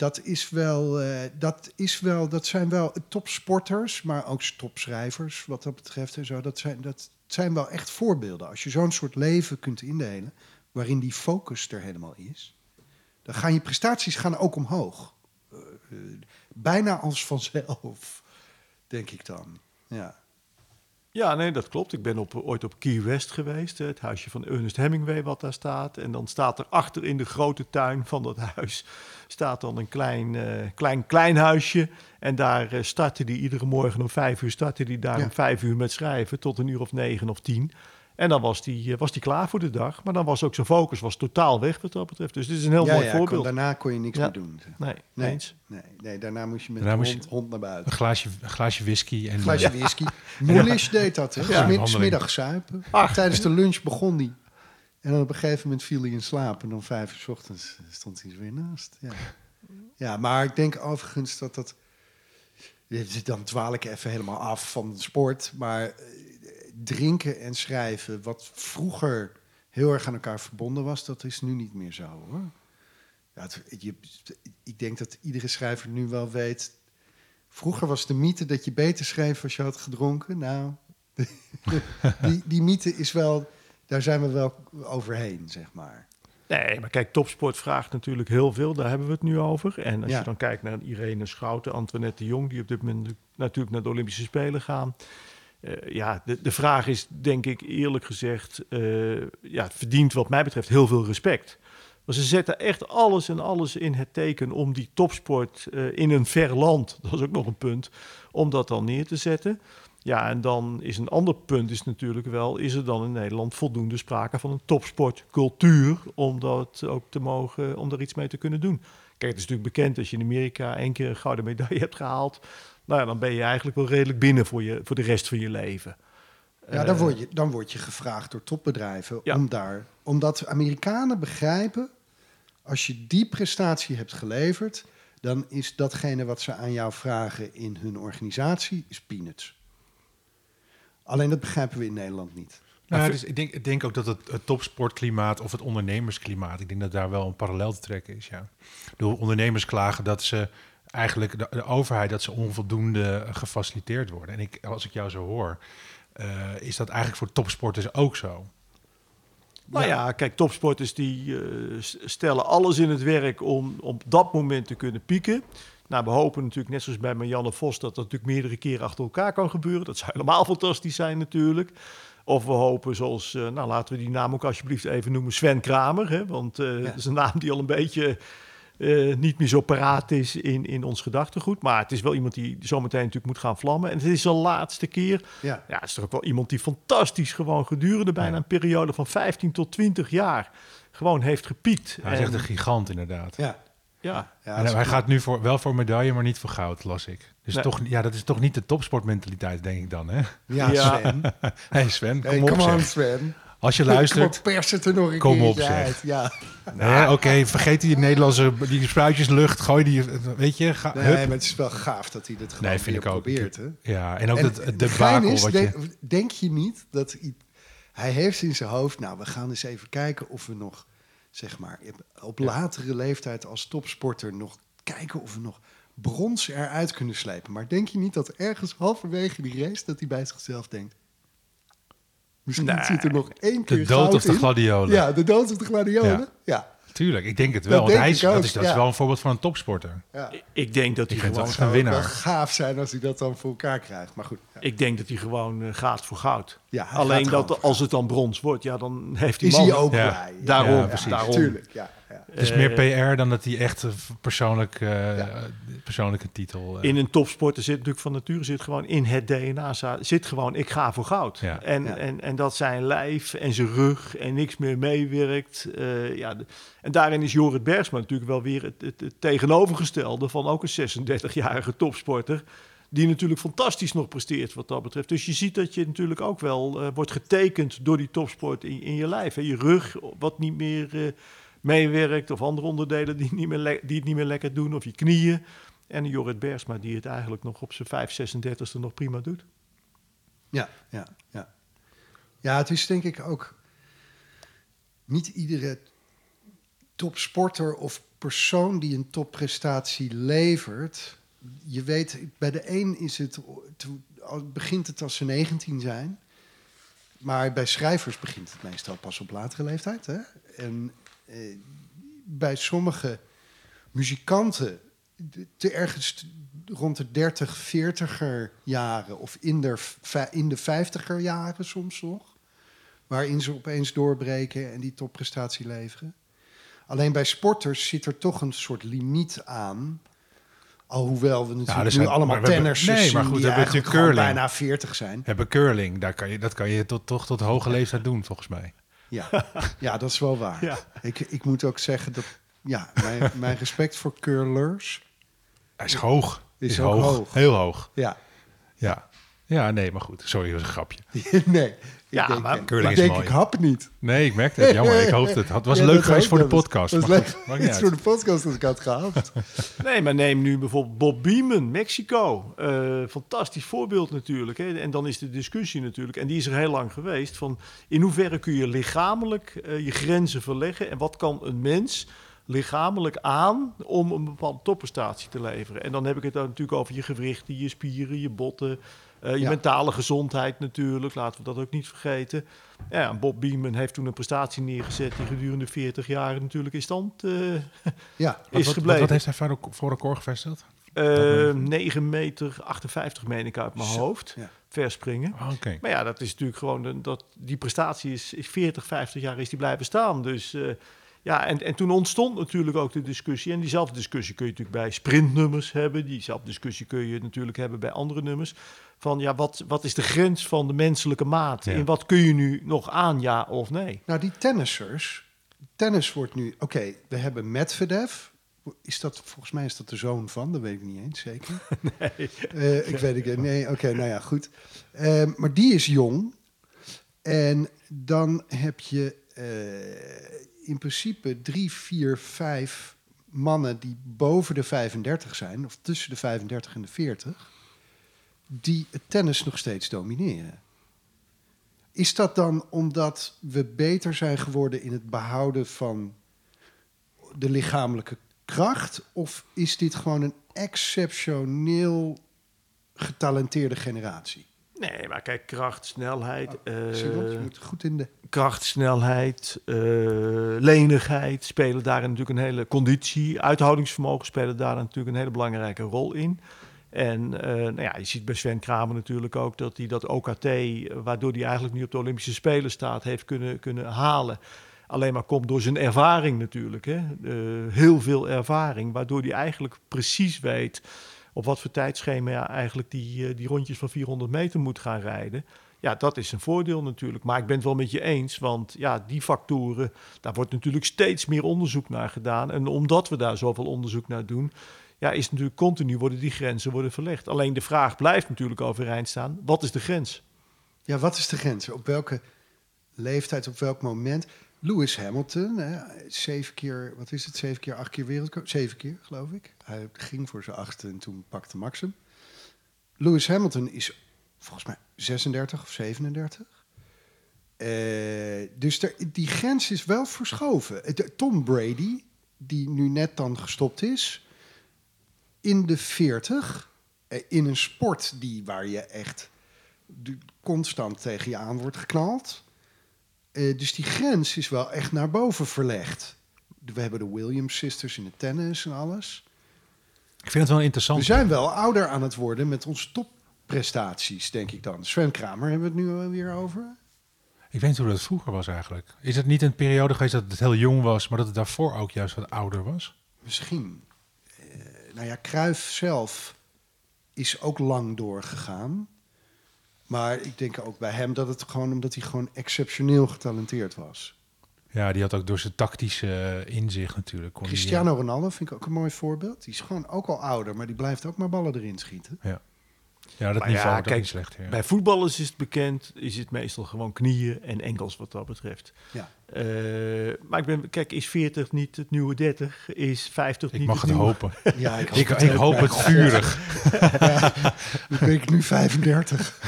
dat zijn wel topsporters, maar ook topschrijvers wat dat betreft en zo. Dat zijn wel echt voorbeelden. Als je zo'n soort leven kunt indelen, waarin die focus er helemaal is, dan gaan je prestaties ook omhoog. Bijna als vanzelf, denk ik dan. Ja. Ja, nee, dat klopt. Ik ben ooit op Key West geweest, het huisje van Ernest Hemingway wat daar staat. En dan staat er achter in de grote tuin van dat huis staat dan een klein huisje. En daar startte hij iedere morgen om 5 uur, om 5 uur met schrijven tot een uur of 9 of 10. En dan was die klaar voor de dag. Maar dan was ook zijn focus totaal weg wat dat betreft. Dus dit is een heel mooi voorbeeld. Daarna kon je niks meer doen. Nee, eens. Nee, daarna moest je met Daarna de moest hond naar buiten. Een glaasje whisky. En, Een glaasje whisky. Moelish deed dat, hè? Ja. Smiddag zuipen. Ach. Tijdens de lunch begon hij. En dan op een gegeven moment viel hij in slaap. En dan 5 uur 's ochtends stond hij er weer naast. Ja, maar ik denk overigens dat... Dan dwaal ik even helemaal af van de sport. Maar drinken en schrijven, wat vroeger heel erg aan elkaar verbonden was, dat is nu niet meer zo, hoor. Ja, ik denk dat iedere schrijver nu wel weet. Vroeger was de mythe dat je beter schreef als je had gedronken. Nou, die mythe is wel, daar zijn we wel overheen, zeg maar. Nee, maar kijk, topsport vraagt natuurlijk heel veel. Daar hebben we het nu over. En als Ja. je dan kijkt naar Irene Schouten, Antoinette de Jong, die op dit moment natuurlijk naar de Olympische Spelen gaan. De vraag is, denk ik eerlijk gezegd, het verdient wat mij betreft heel veel respect. Maar ze zetten echt alles en alles in het teken om die topsport in een ver land, dat is ook nog een punt, om dat dan neer te zetten. Ja, en dan is een ander punt is natuurlijk wel, is er dan in Nederland voldoende sprake van een topsportcultuur om dat ook te mogen, om er iets mee te kunnen doen? Kijk, het is natuurlijk bekend als je in Amerika 1 keer een gouden medaille hebt gehaald, nou ja, dan ben je eigenlijk wel redelijk binnen voor de rest van je leven. Ja, dan word je gevraagd door topbedrijven omdat Amerikanen begrijpen, als je die prestatie hebt geleverd, dan is datgene wat ze aan jou vragen in hun organisatie is peanuts. Alleen dat begrijpen we in Nederland niet. Nou, dus ik denk ook dat het topsportklimaat of het ondernemersklimaat, ik denk dat daar wel een parallel te trekken is. Ja. De ondernemers klagen dat ze eigenlijk de overheid, dat ze onvoldoende gefaciliteerd worden. En als ik jou zo hoor, is dat eigenlijk voor topsporters ook zo. Nou ja, kijk, topsporters die stellen alles in het werk om op dat moment te kunnen pieken. Nou, we hopen natuurlijk, net zoals bij Marianne Vos, dat natuurlijk meerdere keren achter elkaar kan gebeuren. Dat zou helemaal fantastisch zijn natuurlijk. Of we hopen, zoals, laten we die naam ook alsjeblieft even noemen, Sven Kramer. Hè? Want dat is een naam die al een beetje niet meer zo paraat is in ons gedachtegoed. Maar het is wel iemand die zometeen natuurlijk moet gaan vlammen. En het is de laatste keer. Ja, het is toch ook wel iemand die fantastisch gewoon gedurende bijna een periode van 15 tot 20 jaar gewoon heeft gepiekt. Hij is echt een gigant inderdaad. Ja. En hij gaat nu wel voor medaille, maar niet voor goud, las ik. Dus Nee. dat is toch niet de topsportmentaliteit, denk ik dan, hè? Ja, Sven. Hey Sven, kom Hey, op come on, zeg. Sven. Als je luistert, Kom, pers het er nog een kom op, keertje zeg. uit. Ja. Oké, vergeet die Nederlandse die spruitjeslucht, gooi die, weet je. Nee, Hup. maar het is wel gaaf dat hij dit gewoon Nee, vind weer ik ook. probeert. Hè? Ja, en ook En het de gein debakel is, wat je... denk je niet dat hij heeft in zijn hoofd, nou, we gaan eens even kijken of we nog, zeg maar, op latere leeftijd als topsporter nog kijken of we nog brons eruit kunnen slepen. Maar denk je niet dat ergens halverwege die race dat hij bij zichzelf denkt, misschien zit er nog 1 keer De dood goud of de in. gladiolen. Ja, de dood of de gladiolen. Ja. Tuurlijk, ik denk het Dat wel. Want denk hij ik is, ook, dat is ja. wel een voorbeeld van een topsporter. Ja. Ik denk dat hij Ik vind gewoon... dat een Het zou wel winnaar. gaaf zijn als hij dat dan voor elkaar krijgt. Maar goed. Ja. Ik denk dat hij gewoon gaat voor goud. Ja, hij Alleen gaat dat gewoon als het dan brons wordt, ja, dan heeft die Is man... hij ook Ja. blij. Daarom, Ja, ja, precies. daarom. Tuurlijk, ja. Het is meer PR dan dat hij echt persoonlijke titel... In een topsporter zit natuurlijk van nature gewoon in het DNA zit gewoon ik ga voor goud. Ja. En dat zijn lijf en zijn rug en niks meer meewerkt. En daarin is Jorrit Bergsma natuurlijk wel weer het tegenovergestelde van ook een 36-jarige topsporter. Die natuurlijk fantastisch nog presteert wat dat betreft. Dus je ziet dat je natuurlijk ook wel wordt getekend door die topsport in je lijf. Hè. Je rug wat niet meer meewerkt of andere onderdelen die het niet meer lekker doen. Of je knieën. En een Jorrit Bergsma die het eigenlijk nog op zijn 36e nog prima doet. Ja. Ja, het is denk ik ook niet iedere topsporter of persoon die een topprestatie levert. Je weet, bij de een is begint het als ze 19 zijn. Maar bij schrijvers begint het meestal pas op latere leeftijd. Hè? En bij sommige muzikanten ergens rond de 30, 40er jaren of in de 50er jaren soms nog. Waarin ze opeens doorbreken en die topprestatie leveren. Alleen bij sporters zit er toch een soort limiet aan. Alhoewel we natuurlijk nu allemaal tenners zien die eigenlijk gewoon bijna 40 zijn. We hebben curling, dat kan je toch tot hoge leeftijd doen, volgens mij. Ja, dat is wel waar. Ja. Ik moet ook zeggen dat mijn respect voor curlers Hij is hoog. is ook hoog. Heel hoog. Ja. Ja, nee, maar goed. Sorry, dat was een grapje. Nee. Maar curling is mooi. Ik hap niet. Nee, ik merkte het. Jammer, ik hoopte het. Het was leuk geweest voor de podcast. Het was Maar leuk goed, maakt niet iets uit. voor de podcast als ik had gehad. Nee, maar neem nu bijvoorbeeld Bob Beamon, Mexico. Fantastisch voorbeeld natuurlijk. Hè? En dan is de discussie natuurlijk, en die is er heel lang geweest, van in hoeverre kun je lichamelijk je grenzen verleggen en wat kan een mens lichamelijk aan om een bepaalde topprestatie te leveren. En dan heb ik het dan natuurlijk over je gewrichten, je spieren, je botten, je mentale gezondheid natuurlijk, laten we dat ook niet vergeten. Ja, Bob Beamon heeft toen een prestatie neergezet die gedurende 40 jaar natuurlijk in stand is gebleven. Wat heeft hij voor record gevestigd? 9,58 meter meen ik uit mijn hoofd. Ja. Verspringen. Okay. Maar ja, dat is natuurlijk gewoon die prestatie is 40, 50 jaar is die blijven staan. Dus Ja, en toen ontstond natuurlijk ook de discussie. En diezelfde discussie kun je natuurlijk bij sprintnummers hebben. Diezelfde discussie kun je natuurlijk hebben bij andere nummers. Van ja, wat is de grens van de menselijke maat? Ja. En wat kun je nu nog aan, ja of nee? Nou, die tennissers. Tennis wordt nu... Oké, we hebben Medvedev. Volgens mij is dat de zoon van, dat weet ik niet eens zeker. Nee. Ik weet het niet. Nee, oké, nou ja, goed. Maar die is jong. En dan heb je in principe 3, 4, 5 mannen die boven de 35 zijn, of tussen de 35 en de 40, die het tennis nog steeds domineren. Is dat dan omdat we beter zijn geworden in het behouden van de lichamelijke kracht? Of is dit gewoon een exceptioneel getalenteerde generatie? Nee, maar kijk, kracht, snelheid... Simon, je moet goed in de... kracht, snelheid, lenigheid spelen daarin natuurlijk een hele conditie. Uithoudingsvermogen spelen daar natuurlijk een hele belangrijke rol in. En nou ja, je ziet bij Sven Kramer natuurlijk ook dat hij dat OKT, waardoor hij eigenlijk nu op de Olympische Spelen staat, heeft kunnen halen. Alleen maar komt door zijn ervaring natuurlijk. Hè? Heel veel ervaring, waardoor hij eigenlijk precies weet op wat voor tijdschema eigenlijk die rondjes van 400 meter moet gaan rijden. Ja, dat is een voordeel natuurlijk. Maar ik ben het wel met je eens, want ja, die factoren, daar wordt natuurlijk steeds meer onderzoek naar gedaan. En omdat we daar zoveel onderzoek naar doen, ja, is natuurlijk continu worden die grenzen verlegd. Alleen de vraag blijft natuurlijk overeind staan, wat is de grens? Ja, wat is de grens? Op welke leeftijd, op welk moment? Lewis Hamilton, 7 keer, wat is het, 7 keer, 8 keer wereldkampioen? 7 keer, geloof ik. Hij ging voor zijn 8e en toen pakte Max hem. Lewis Hamilton is volgens mij 36 of 37. Dus die grens is wel verschoven. Tom Brady, die nu net dan gestopt is, in de 40, in een sport waar je echt constant tegen je aan wordt geknald. Dus die grens is wel echt naar boven verlegd. We hebben de Williams Sisters in de tennis en alles. Ik vind het wel interessant. We zijn wel ouder aan het worden met onze topprestaties, denk ik dan. Sven Kramer hebben we het nu weer over. Ik weet niet hoe dat vroeger was eigenlijk. Is het niet een periode geweest dat het heel jong was, maar dat het daarvoor ook juist wat ouder was? Misschien. Nou ja, Cruijff zelf is ook lang doorgegaan. Maar ik denk ook bij hem dat het gewoon omdat hij gewoon exceptioneel getalenteerd was. Ja, die had ook door zijn tactische inzicht natuurlijk. Cristiano Ronaldo vind ik ook een mooi voorbeeld. Die is gewoon ook al ouder, maar die blijft ook maar ballen erin schieten. Ja, dat Maar niveau ja, dat kijk, niet slecht. Ja. Bij voetballers is het bekend, is het meestal gewoon knieën en enkels wat dat betreft. Ja. Maar is 40 niet het nieuwe 30? Is 50 Ik niet mag het het nieuwe... hopen. Ja, Ik hoop het vurig. Ja, dan ben ik nu 35.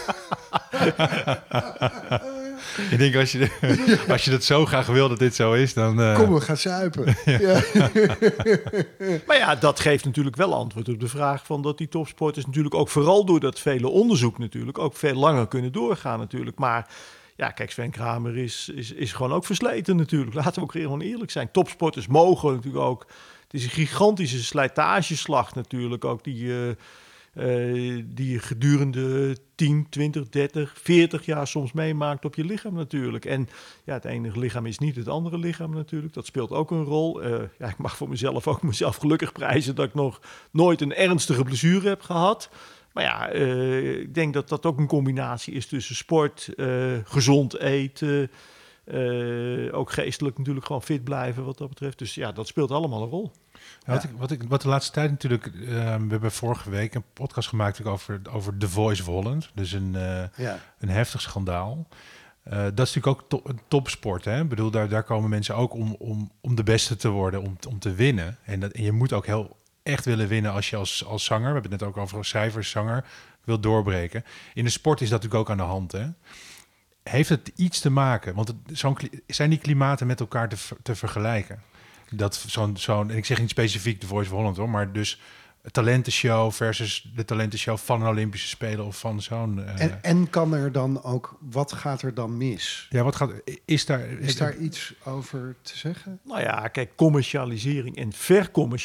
Ik denk als je dat zo graag wil dat dit zo is, dan... Kom, we gaan zuipen. Ja. Maar ja, dat geeft natuurlijk wel antwoord op de vraag van dat die topsporters natuurlijk ook vooral door dat vele onderzoek natuurlijk ook veel langer kunnen doorgaan natuurlijk. Maar ja, kijk, Sven Kramer is gewoon ook versleten natuurlijk. Laten we ook gewoon eerlijk zijn. Topsporters mogen natuurlijk ook. Het is een gigantische slijtageslag natuurlijk ook die je gedurende 10, 20, 30, 40 jaar soms meemaakt op je lichaam natuurlijk. En ja, het ene lichaam is niet het andere lichaam natuurlijk. Dat speelt ook een rol. Ja, ik mag voor mezelf gelukkig prijzen dat ik nog nooit een ernstige blessure heb gehad. Maar ja, ik denk dat dat ook een combinatie is tussen sport, gezond eten, ook geestelijk natuurlijk gewoon fit blijven wat dat betreft. Dus ja, dat speelt allemaal een rol. Ja, wat de laatste tijd natuurlijk... we hebben vorige week een podcast gemaakt over The Voice of Holland. Dus een heftig schandaal. Dat is natuurlijk ook een topsport. Hè? Ik bedoel, daar komen mensen ook om de beste te worden, om te winnen. En je moet ook heel echt willen winnen als je als zanger... we hebben het net ook over een cijferzanger, wil doorbreken. In de sport is dat natuurlijk ook aan de hand, hè? Heeft het iets te maken? Want zijn die klimaten met elkaar te vergelijken? Dat zo'n, en ik zeg niet specifiek de Voice of Holland hoor, maar dus talentenshow versus de talentenshow van een Olympische Spelen of van zo'n... En kan er dan ook, wat gaat er dan mis? Ja, is daar iets over te zeggen? Nou ja, kijk, commercialisering en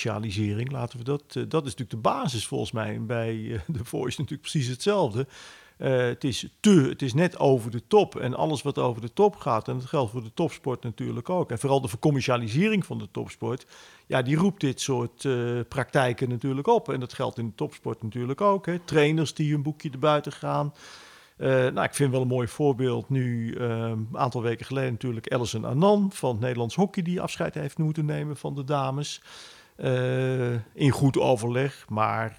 vercommercialisering, laten we dat is natuurlijk de basis volgens mij. En bij The Voice natuurlijk precies hetzelfde. Het is net over de top. En alles wat over de top gaat, en dat geldt voor de topsport natuurlijk ook. En vooral de vercommercialisering van de topsport, ja, die roept dit soort praktijken natuurlijk op. En dat geldt in de topsport natuurlijk ook. Hè. Trainers die hun boekje erbuiten gaan. Ik vind wel een mooi voorbeeld nu, een aantal weken geleden natuurlijk, Alison Annan van het Nederlands hockey, die afscheid heeft moeten nemen van de dames. In goed overleg, maar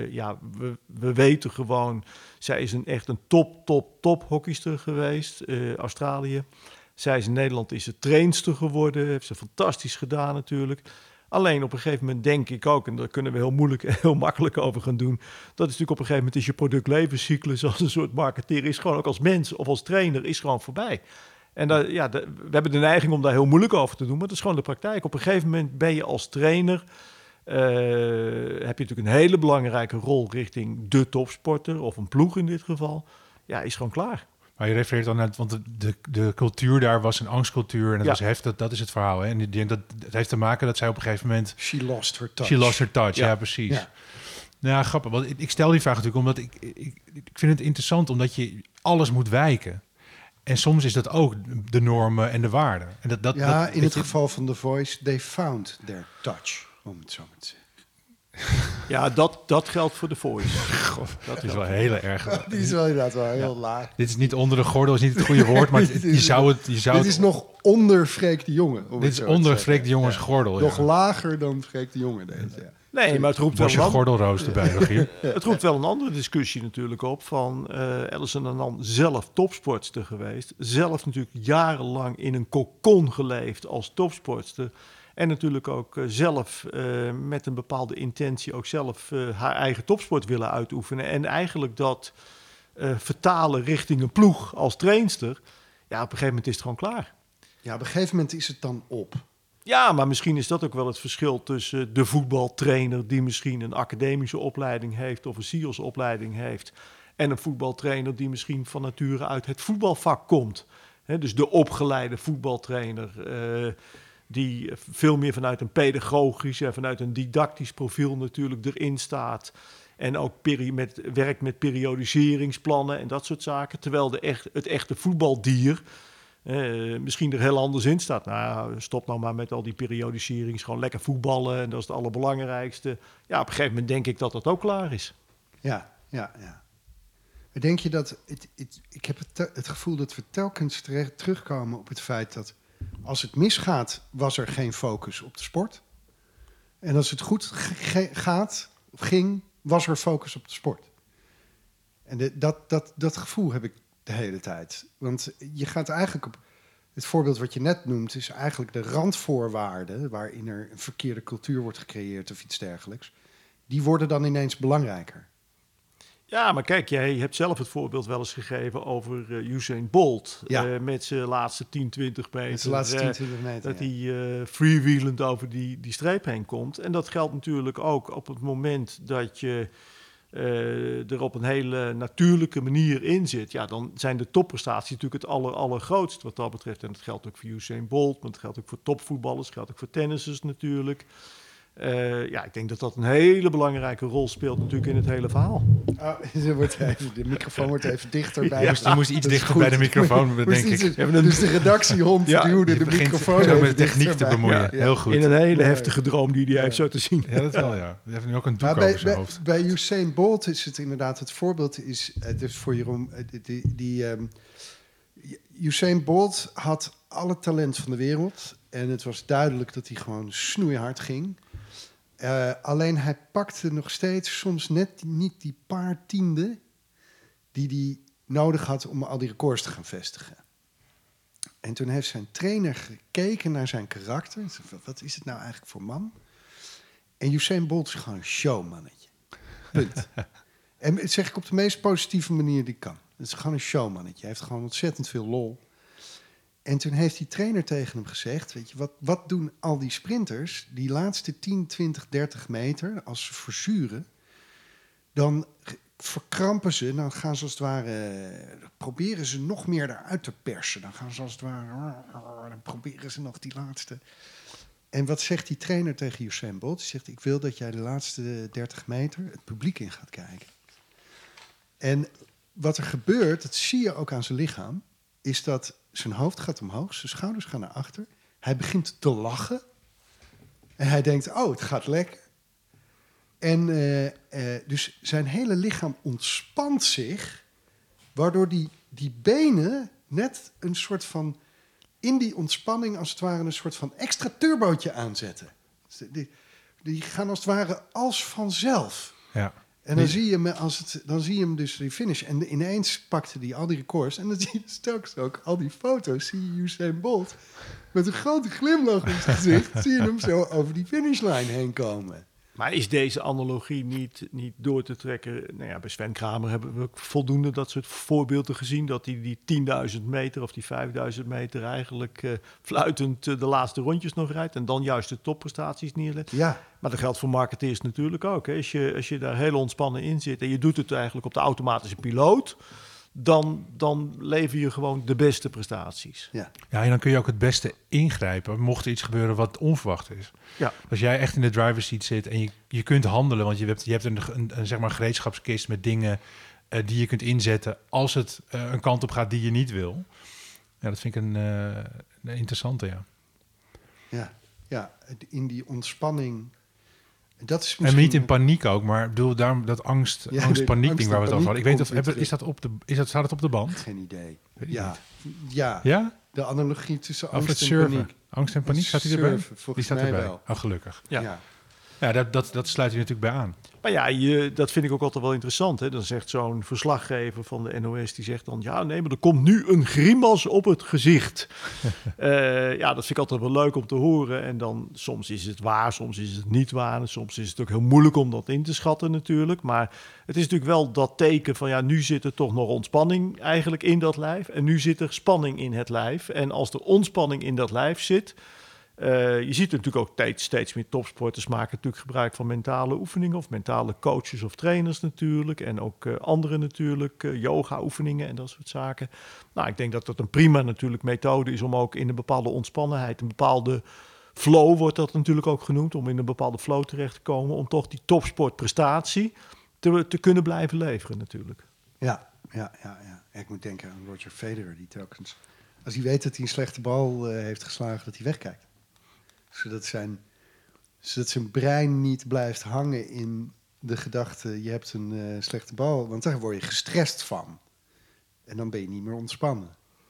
we weten gewoon, zij is echt een top hockeyster geweest, Australië. Zij is in Nederland is ze trainster geworden, heeft ze fantastisch gedaan natuurlijk. Alleen op een gegeven moment denk ik ook, en daar kunnen we heel makkelijk over gaan doen, dat is natuurlijk op een gegeven moment is je productlevenscyclus als een soort marketeer, is gewoon ook als mens of als trainer, is gewoon voorbij. En we hebben de neiging om daar heel moeilijk over te doen, maar dat is gewoon de praktijk. Op een gegeven moment ben je als trainer, heb je natuurlijk een hele belangrijke rol richting de topsporter, of een ploeg in dit geval. Ja, is gewoon klaar. Maar je refereert dan naar, want de cultuur daar was een angstcultuur en dat was heftig, dat is het verhaal. Hè? En ik denk dat het heeft te maken dat zij op een gegeven moment... She lost her touch. Ja, precies. Ja. Nou, grappig, want ik stel die vraag natuurlijk omdat ik vind het interessant, omdat je alles moet wijken. En soms is dat ook de normen en de waarden. En in het geval van The Voice, they found their touch, om het zo maar te zeggen. Ja, dat geldt voor The Voice. God, dat is wel heel erg. Die is wel inderdaad wel heel laag. Dit is niet onder de gordel, is niet het goede woord, maar je zou dit is nog onder Freek de Jonge. Dit is onder Freek de Jongens gordel. Nog lager dan Freek de Jonge deze. Ja. Nee, maar het roept wel een gordelrooster bij, Rogier. Het roept wel een andere discussie natuurlijk op van Alison Annan zelf topsportster geweest. Zelf natuurlijk jarenlang in een kokon geleefd als topsportster. En natuurlijk ook zelf met een bepaalde intentie ook zelf haar eigen topsport willen uitoefenen. En eigenlijk dat vertalen richting een ploeg als trainster. Ja, op een gegeven moment is het gewoon klaar. Ja, op een gegeven moment is het dan op. Ja, maar misschien is dat ook wel het verschil tussen de voetbaltrainer die misschien een academische opleiding heeft of een SIOS-opleiding heeft. En een voetbaltrainer die misschien van nature uit het voetbalvak komt. He, dus de opgeleide voetbaltrainer die veel meer vanuit een pedagogisch en vanuit een didactisch profiel natuurlijk erin staat. En ook werkt met periodiseringsplannen en dat soort zaken. Terwijl het echte voetbaldier misschien er heel anders in staat. Nou, stop nou maar met al die periodiserings. Gewoon lekker voetballen en dat is het allerbelangrijkste. Ja, op een gegeven moment denk ik dat dat ook klaar is. Ja. Maar denk je dat... ik heb het gevoel dat we telkens terugkomen op het feit dat als het misgaat, was er geen focus op de sport. En als het goed ging, was er focus op de sport. En dat gevoel heb ik de hele tijd. Want je gaat eigenlijk op... Het voorbeeld wat je net noemt is eigenlijk de randvoorwaarden waarin er een verkeerde cultuur wordt gecreëerd of iets dergelijks. Die worden dan ineens belangrijker. Ja, maar kijk, jij hebt zelf het voorbeeld wel eens gegeven over Usain Bolt. Ja. Met zijn laatste 10, 20 meter. Met zijn laatste 10, 20 meter, dat hij freewheelend over die streep heen komt. En dat geldt natuurlijk ook op het moment dat je er op een hele natuurlijke manier in zit. Ja, dan zijn de topprestaties natuurlijk het allergrootst wat dat betreft. En dat geldt ook voor Usain Bolt, maar dat geldt ook voor topvoetballers. Dat geldt ook voor tennissers natuurlijk. Ik denk dat dat een hele belangrijke rol speelt natuurlijk in het hele verhaal. Oh, de microfoon wordt even dichter bij. Ja, je moest iets dichter bij de microfoon, denk ik. Dus de redactiehond duwde de microfoon zo met de techniek te bemoeien. Ja. Heel goed. In een hele heftige droom die hij heeft zo te zien. Ja, dat wel, ja. Die heeft nu ook een doek over zijn hoofd. Bij Usain Bolt is het inderdaad het voorbeeld is dus voor Jeroen Usain Bolt had alle talent van de wereld en het was duidelijk dat hij gewoon snoeihard ging. Alleen hij pakte nog steeds soms net niet die paar tienden die hij nodig had om al die records te gaan vestigen. En toen heeft zijn trainer gekeken naar zijn karakter. Wat is het nou eigenlijk voor man? En Usain Bolt is gewoon een showmannetje. Punt. En dat zeg ik op de meest positieve manier die kan. Het is gewoon een showmannetje. Hij heeft gewoon ontzettend veel lol. En toen heeft die trainer tegen hem gezegd, weet je, wat doen al die sprinters die laatste 10, 20, 30 meter, als ze verzuren, dan verkrampen ze, dan gaan ze als het ware, proberen ze nog meer eruit te persen. Dan gaan ze als het ware, dan proberen ze nog die laatste. En wat zegt die trainer tegen Usain Bolt? Hij zegt, ik wil dat jij de laatste 30 meter het publiek in gaat kijken. En wat er gebeurt, dat zie je ook aan zijn lichaam, is dat zijn hoofd gaat omhoog, zijn schouders gaan naar achter. Hij begint te lachen. En hij denkt, het gaat lekker. En dus zijn hele lichaam ontspant zich, waardoor die benen net een soort van, in die ontspanning als het ware, een soort van extra turbootje aanzetten. Die gaan als het ware als vanzelf. Ja. En dan zie je hem dus die finish. En ineens pakte hij al die records. En dan zie je straks ook al die foto's. Zie je Usain Bolt met een grote glimlach op zijn gezicht. Zie je hem zo over die finishlijn heen komen. Maar is deze analogie niet door te trekken? Nou ja, bij Sven Kramer hebben we ook voldoende dat soort voorbeelden gezien. Dat hij die 10.000 meter of die 5.000 meter eigenlijk fluitend de laatste rondjes nog rijdt. En dan juist de topprestaties neerlegt. Ja. Maar dat geldt voor marketeers natuurlijk ook. Hè. Als je daar heel ontspannen in zit en je doet het eigenlijk op de automatische piloot, dan lever je gewoon de beste prestaties. Ja. Ja, en dan kun je ook het beste ingrijpen mocht er iets gebeuren wat onverwacht is. Ja. Als jij echt in de driver's seat zit en je kunt handelen, want je hebt een zeg maar gereedschapskist met dingen die je kunt inzetten als het een kant op gaat die je niet wil. Ja, dat vind ik een interessante, ja. Ja, in die ontspanning. Dat is En misschien niet in paniek ook, maar ik bedoel, daarom dat angst-paniek ding waar we het over hadden. Ik weet of, staat het op de band? Geen idee. Weet ik Ja. niet. Ja, Ja? de analogie tussen Of het angst en surfen. paniek. Angst en paniek, Het staat hij erbij? surfen, volgens Die staat mij erbij. wel. Oh, gelukkig. Ja. Ja, dat sluit je natuurlijk bij aan. Maar ja, dat vind ik ook altijd wel interessant. Hè? Dan zegt zo'n verslaggever van de NOS, die zegt dan, ja nee, maar er komt nu een grimas op het gezicht. Ja, dat vind ik altijd wel leuk om te horen. En dan soms is het waar, soms is het niet waar. En soms is het ook heel moeilijk om dat in te schatten natuurlijk. Maar het is natuurlijk wel dat teken van, ja, nu zit er toch nog ontspanning eigenlijk in dat lijf. En nu zit er spanning in het lijf. En als er ontspanning in dat lijf zit, je ziet natuurlijk ook steeds meer topsporters maken natuurlijk gebruik van mentale oefeningen of mentale coaches of trainers natuurlijk. En ook andere natuurlijk, yoga oefeningen en dat soort zaken. Nou, ik denk dat dat een prima natuurlijk methode is om ook in een bepaalde ontspannenheid, een bepaalde flow wordt dat natuurlijk ook genoemd, om in een bepaalde flow terecht te komen, om toch die topsportprestatie te kunnen blijven leveren natuurlijk. Ja. Ik moet denken aan Roger Federer, die telkens, als hij weet dat hij een slechte bal heeft geslagen, dat hij wegkijkt. Zodat zijn brein niet blijft hangen in de gedachte, je hebt een slechte bal, want daar word je gestrest van. En dan ben je niet meer ontspannen.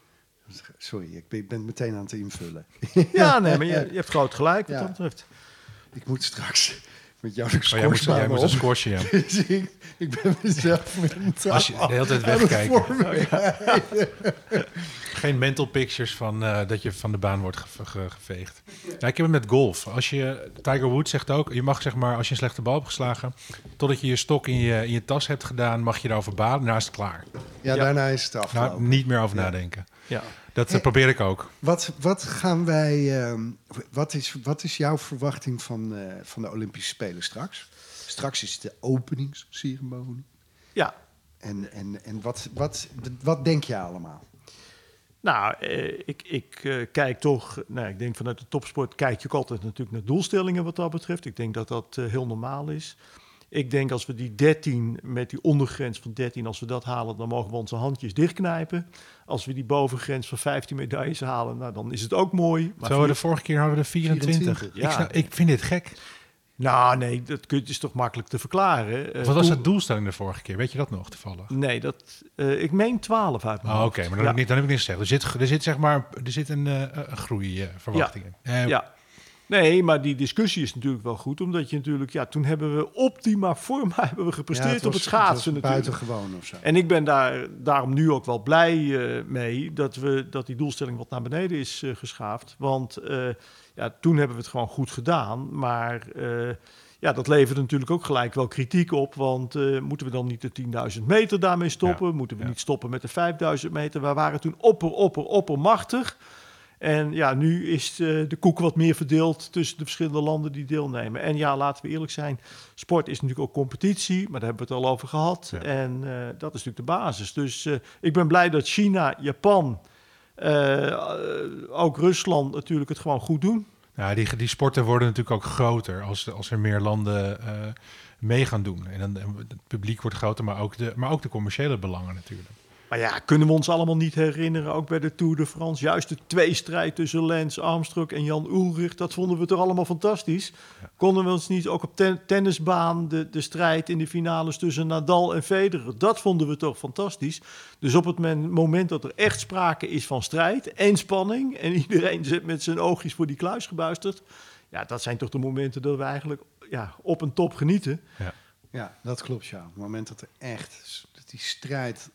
Sorry, ik ben meteen aan het invullen. Ja, nee, maar je hebt groot gelijk wat Ja. dat betreft. Ik moet straks met jou de Jij moet scoresbaan een op. squashen, ja. Dus ik ben mezelf mentaal Als je de hele tijd aan het wegkijkt. voorbereiden. Geen mental pictures van dat je van de baan wordt geveegd. Ja, ik heb het met golf. Tiger Woods zegt ook, je mag zeg maar, als je een slechte bal hebt geslagen, totdat je je stok in je tas hebt gedaan, mag je erover baden. Daarna is het klaar. Ja, daarna is het afgelopen. Nou, niet meer over nadenken. Ja. Dat probeer ik ook. Wat gaan wij? Wat is jouw verwachting van de Olympische Spelen straks? Straks is het de openingsceremonie. Ja. En wat denk je allemaal? Nou, ik kijk toch, ik denk vanuit de topsport kijk je ook altijd natuurlijk naar doelstellingen wat dat betreft. Ik denk dat dat heel normaal is. Ik denk als we die 13, met die ondergrens van 13, als we dat halen, dan mogen we onze handjes dichtknijpen. Als we die bovengrens van 15 medailles halen, nou, dan is het ook mooi. Maar Zo, de vorige keer hadden we er 24. Ja. Ik vind dit gek. Nou, nee, dat is toch makkelijk te verklaren. Wat was de doelstelling de vorige keer? Weet je dat nog toevallig? Nee, ik meen 12 uit mijn hoofd. Oké, maar dan heb ik niks gezegd. Er zit een groeiverwachting in. Ja. Nee, maar die discussie is natuurlijk wel goed, omdat je natuurlijk, toen hebben we optima forma gepresteerd op het schaatsen natuurlijk. Buitengewoon of zo. En ik ben daarom nu ook wel blij mee dat die doelstelling wat naar beneden is geschaafd. Want toen hebben we het gewoon goed gedaan, maar dat levert natuurlijk ook gelijk wel kritiek op. Want moeten we dan niet de 10.000 meter daarmee stoppen? Ja. Moeten we niet stoppen met de 5.000 meter? We waren toen oppermachtig. En ja, nu is de koek wat meer verdeeld tussen de verschillende landen die deelnemen. En ja, laten we eerlijk zijn, sport is natuurlijk ook competitie, maar daar hebben we het al over gehad. Ja. En dat is natuurlijk de basis. Dus ik ben blij dat China, Japan, ook Rusland natuurlijk het gewoon goed doen. Ja, die sporten worden natuurlijk ook groter als er meer landen mee gaan doen. En het publiek wordt groter, maar ook de commerciële belangen natuurlijk. Maar ja, kunnen we ons allemaal niet herinneren, ook bij de Tour de France, juist de tweestrijd tussen Lance Armstrong en Jan Ullrich, dat vonden we toch allemaal fantastisch. Ja. Konden we ons niet ook op tennisbaan de strijd in de finales tussen Nadal en Federer, dat vonden we toch fantastisch. Dus op het moment dat er echt sprake is van strijd en spanning en iedereen zit met zijn oogjes voor die kluis gebuisterd, ja, dat zijn toch de momenten dat we eigenlijk op een top genieten. Ja, dat klopt, ja. Op het moment dat er echt die strijd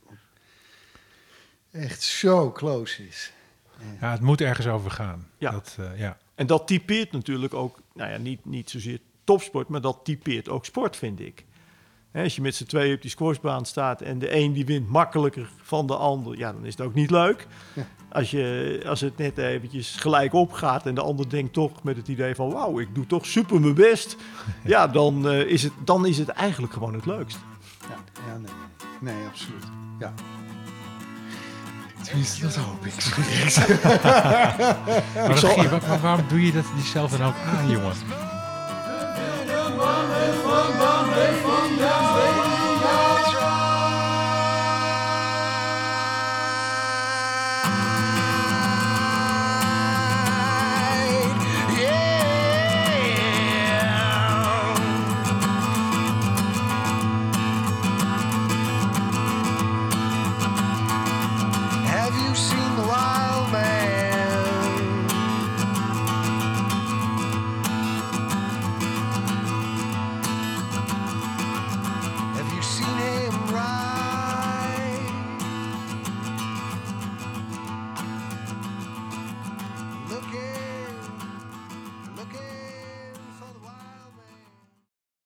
echt zo close is. Ja, het moet ergens over gaan. Ja. En dat typeert natuurlijk ook, niet zozeer topsport, maar dat typeert ook sport, vind ik. Als je met z'n tweeën op die squashbaan staat en de een die wint makkelijker van de ander, ja, dan is het ook niet leuk. Ja. Als het net eventjes gelijk opgaat en de ander denkt toch met het idee van wauw, ik doe toch super mijn best. Ja, dan is het eigenlijk gewoon het leukst. Ja, nee, absoluut. Ja. Tenminste, dat hoop ik. Maar waarom doe je dat jezelf dan ook aan, jongen? De mannen van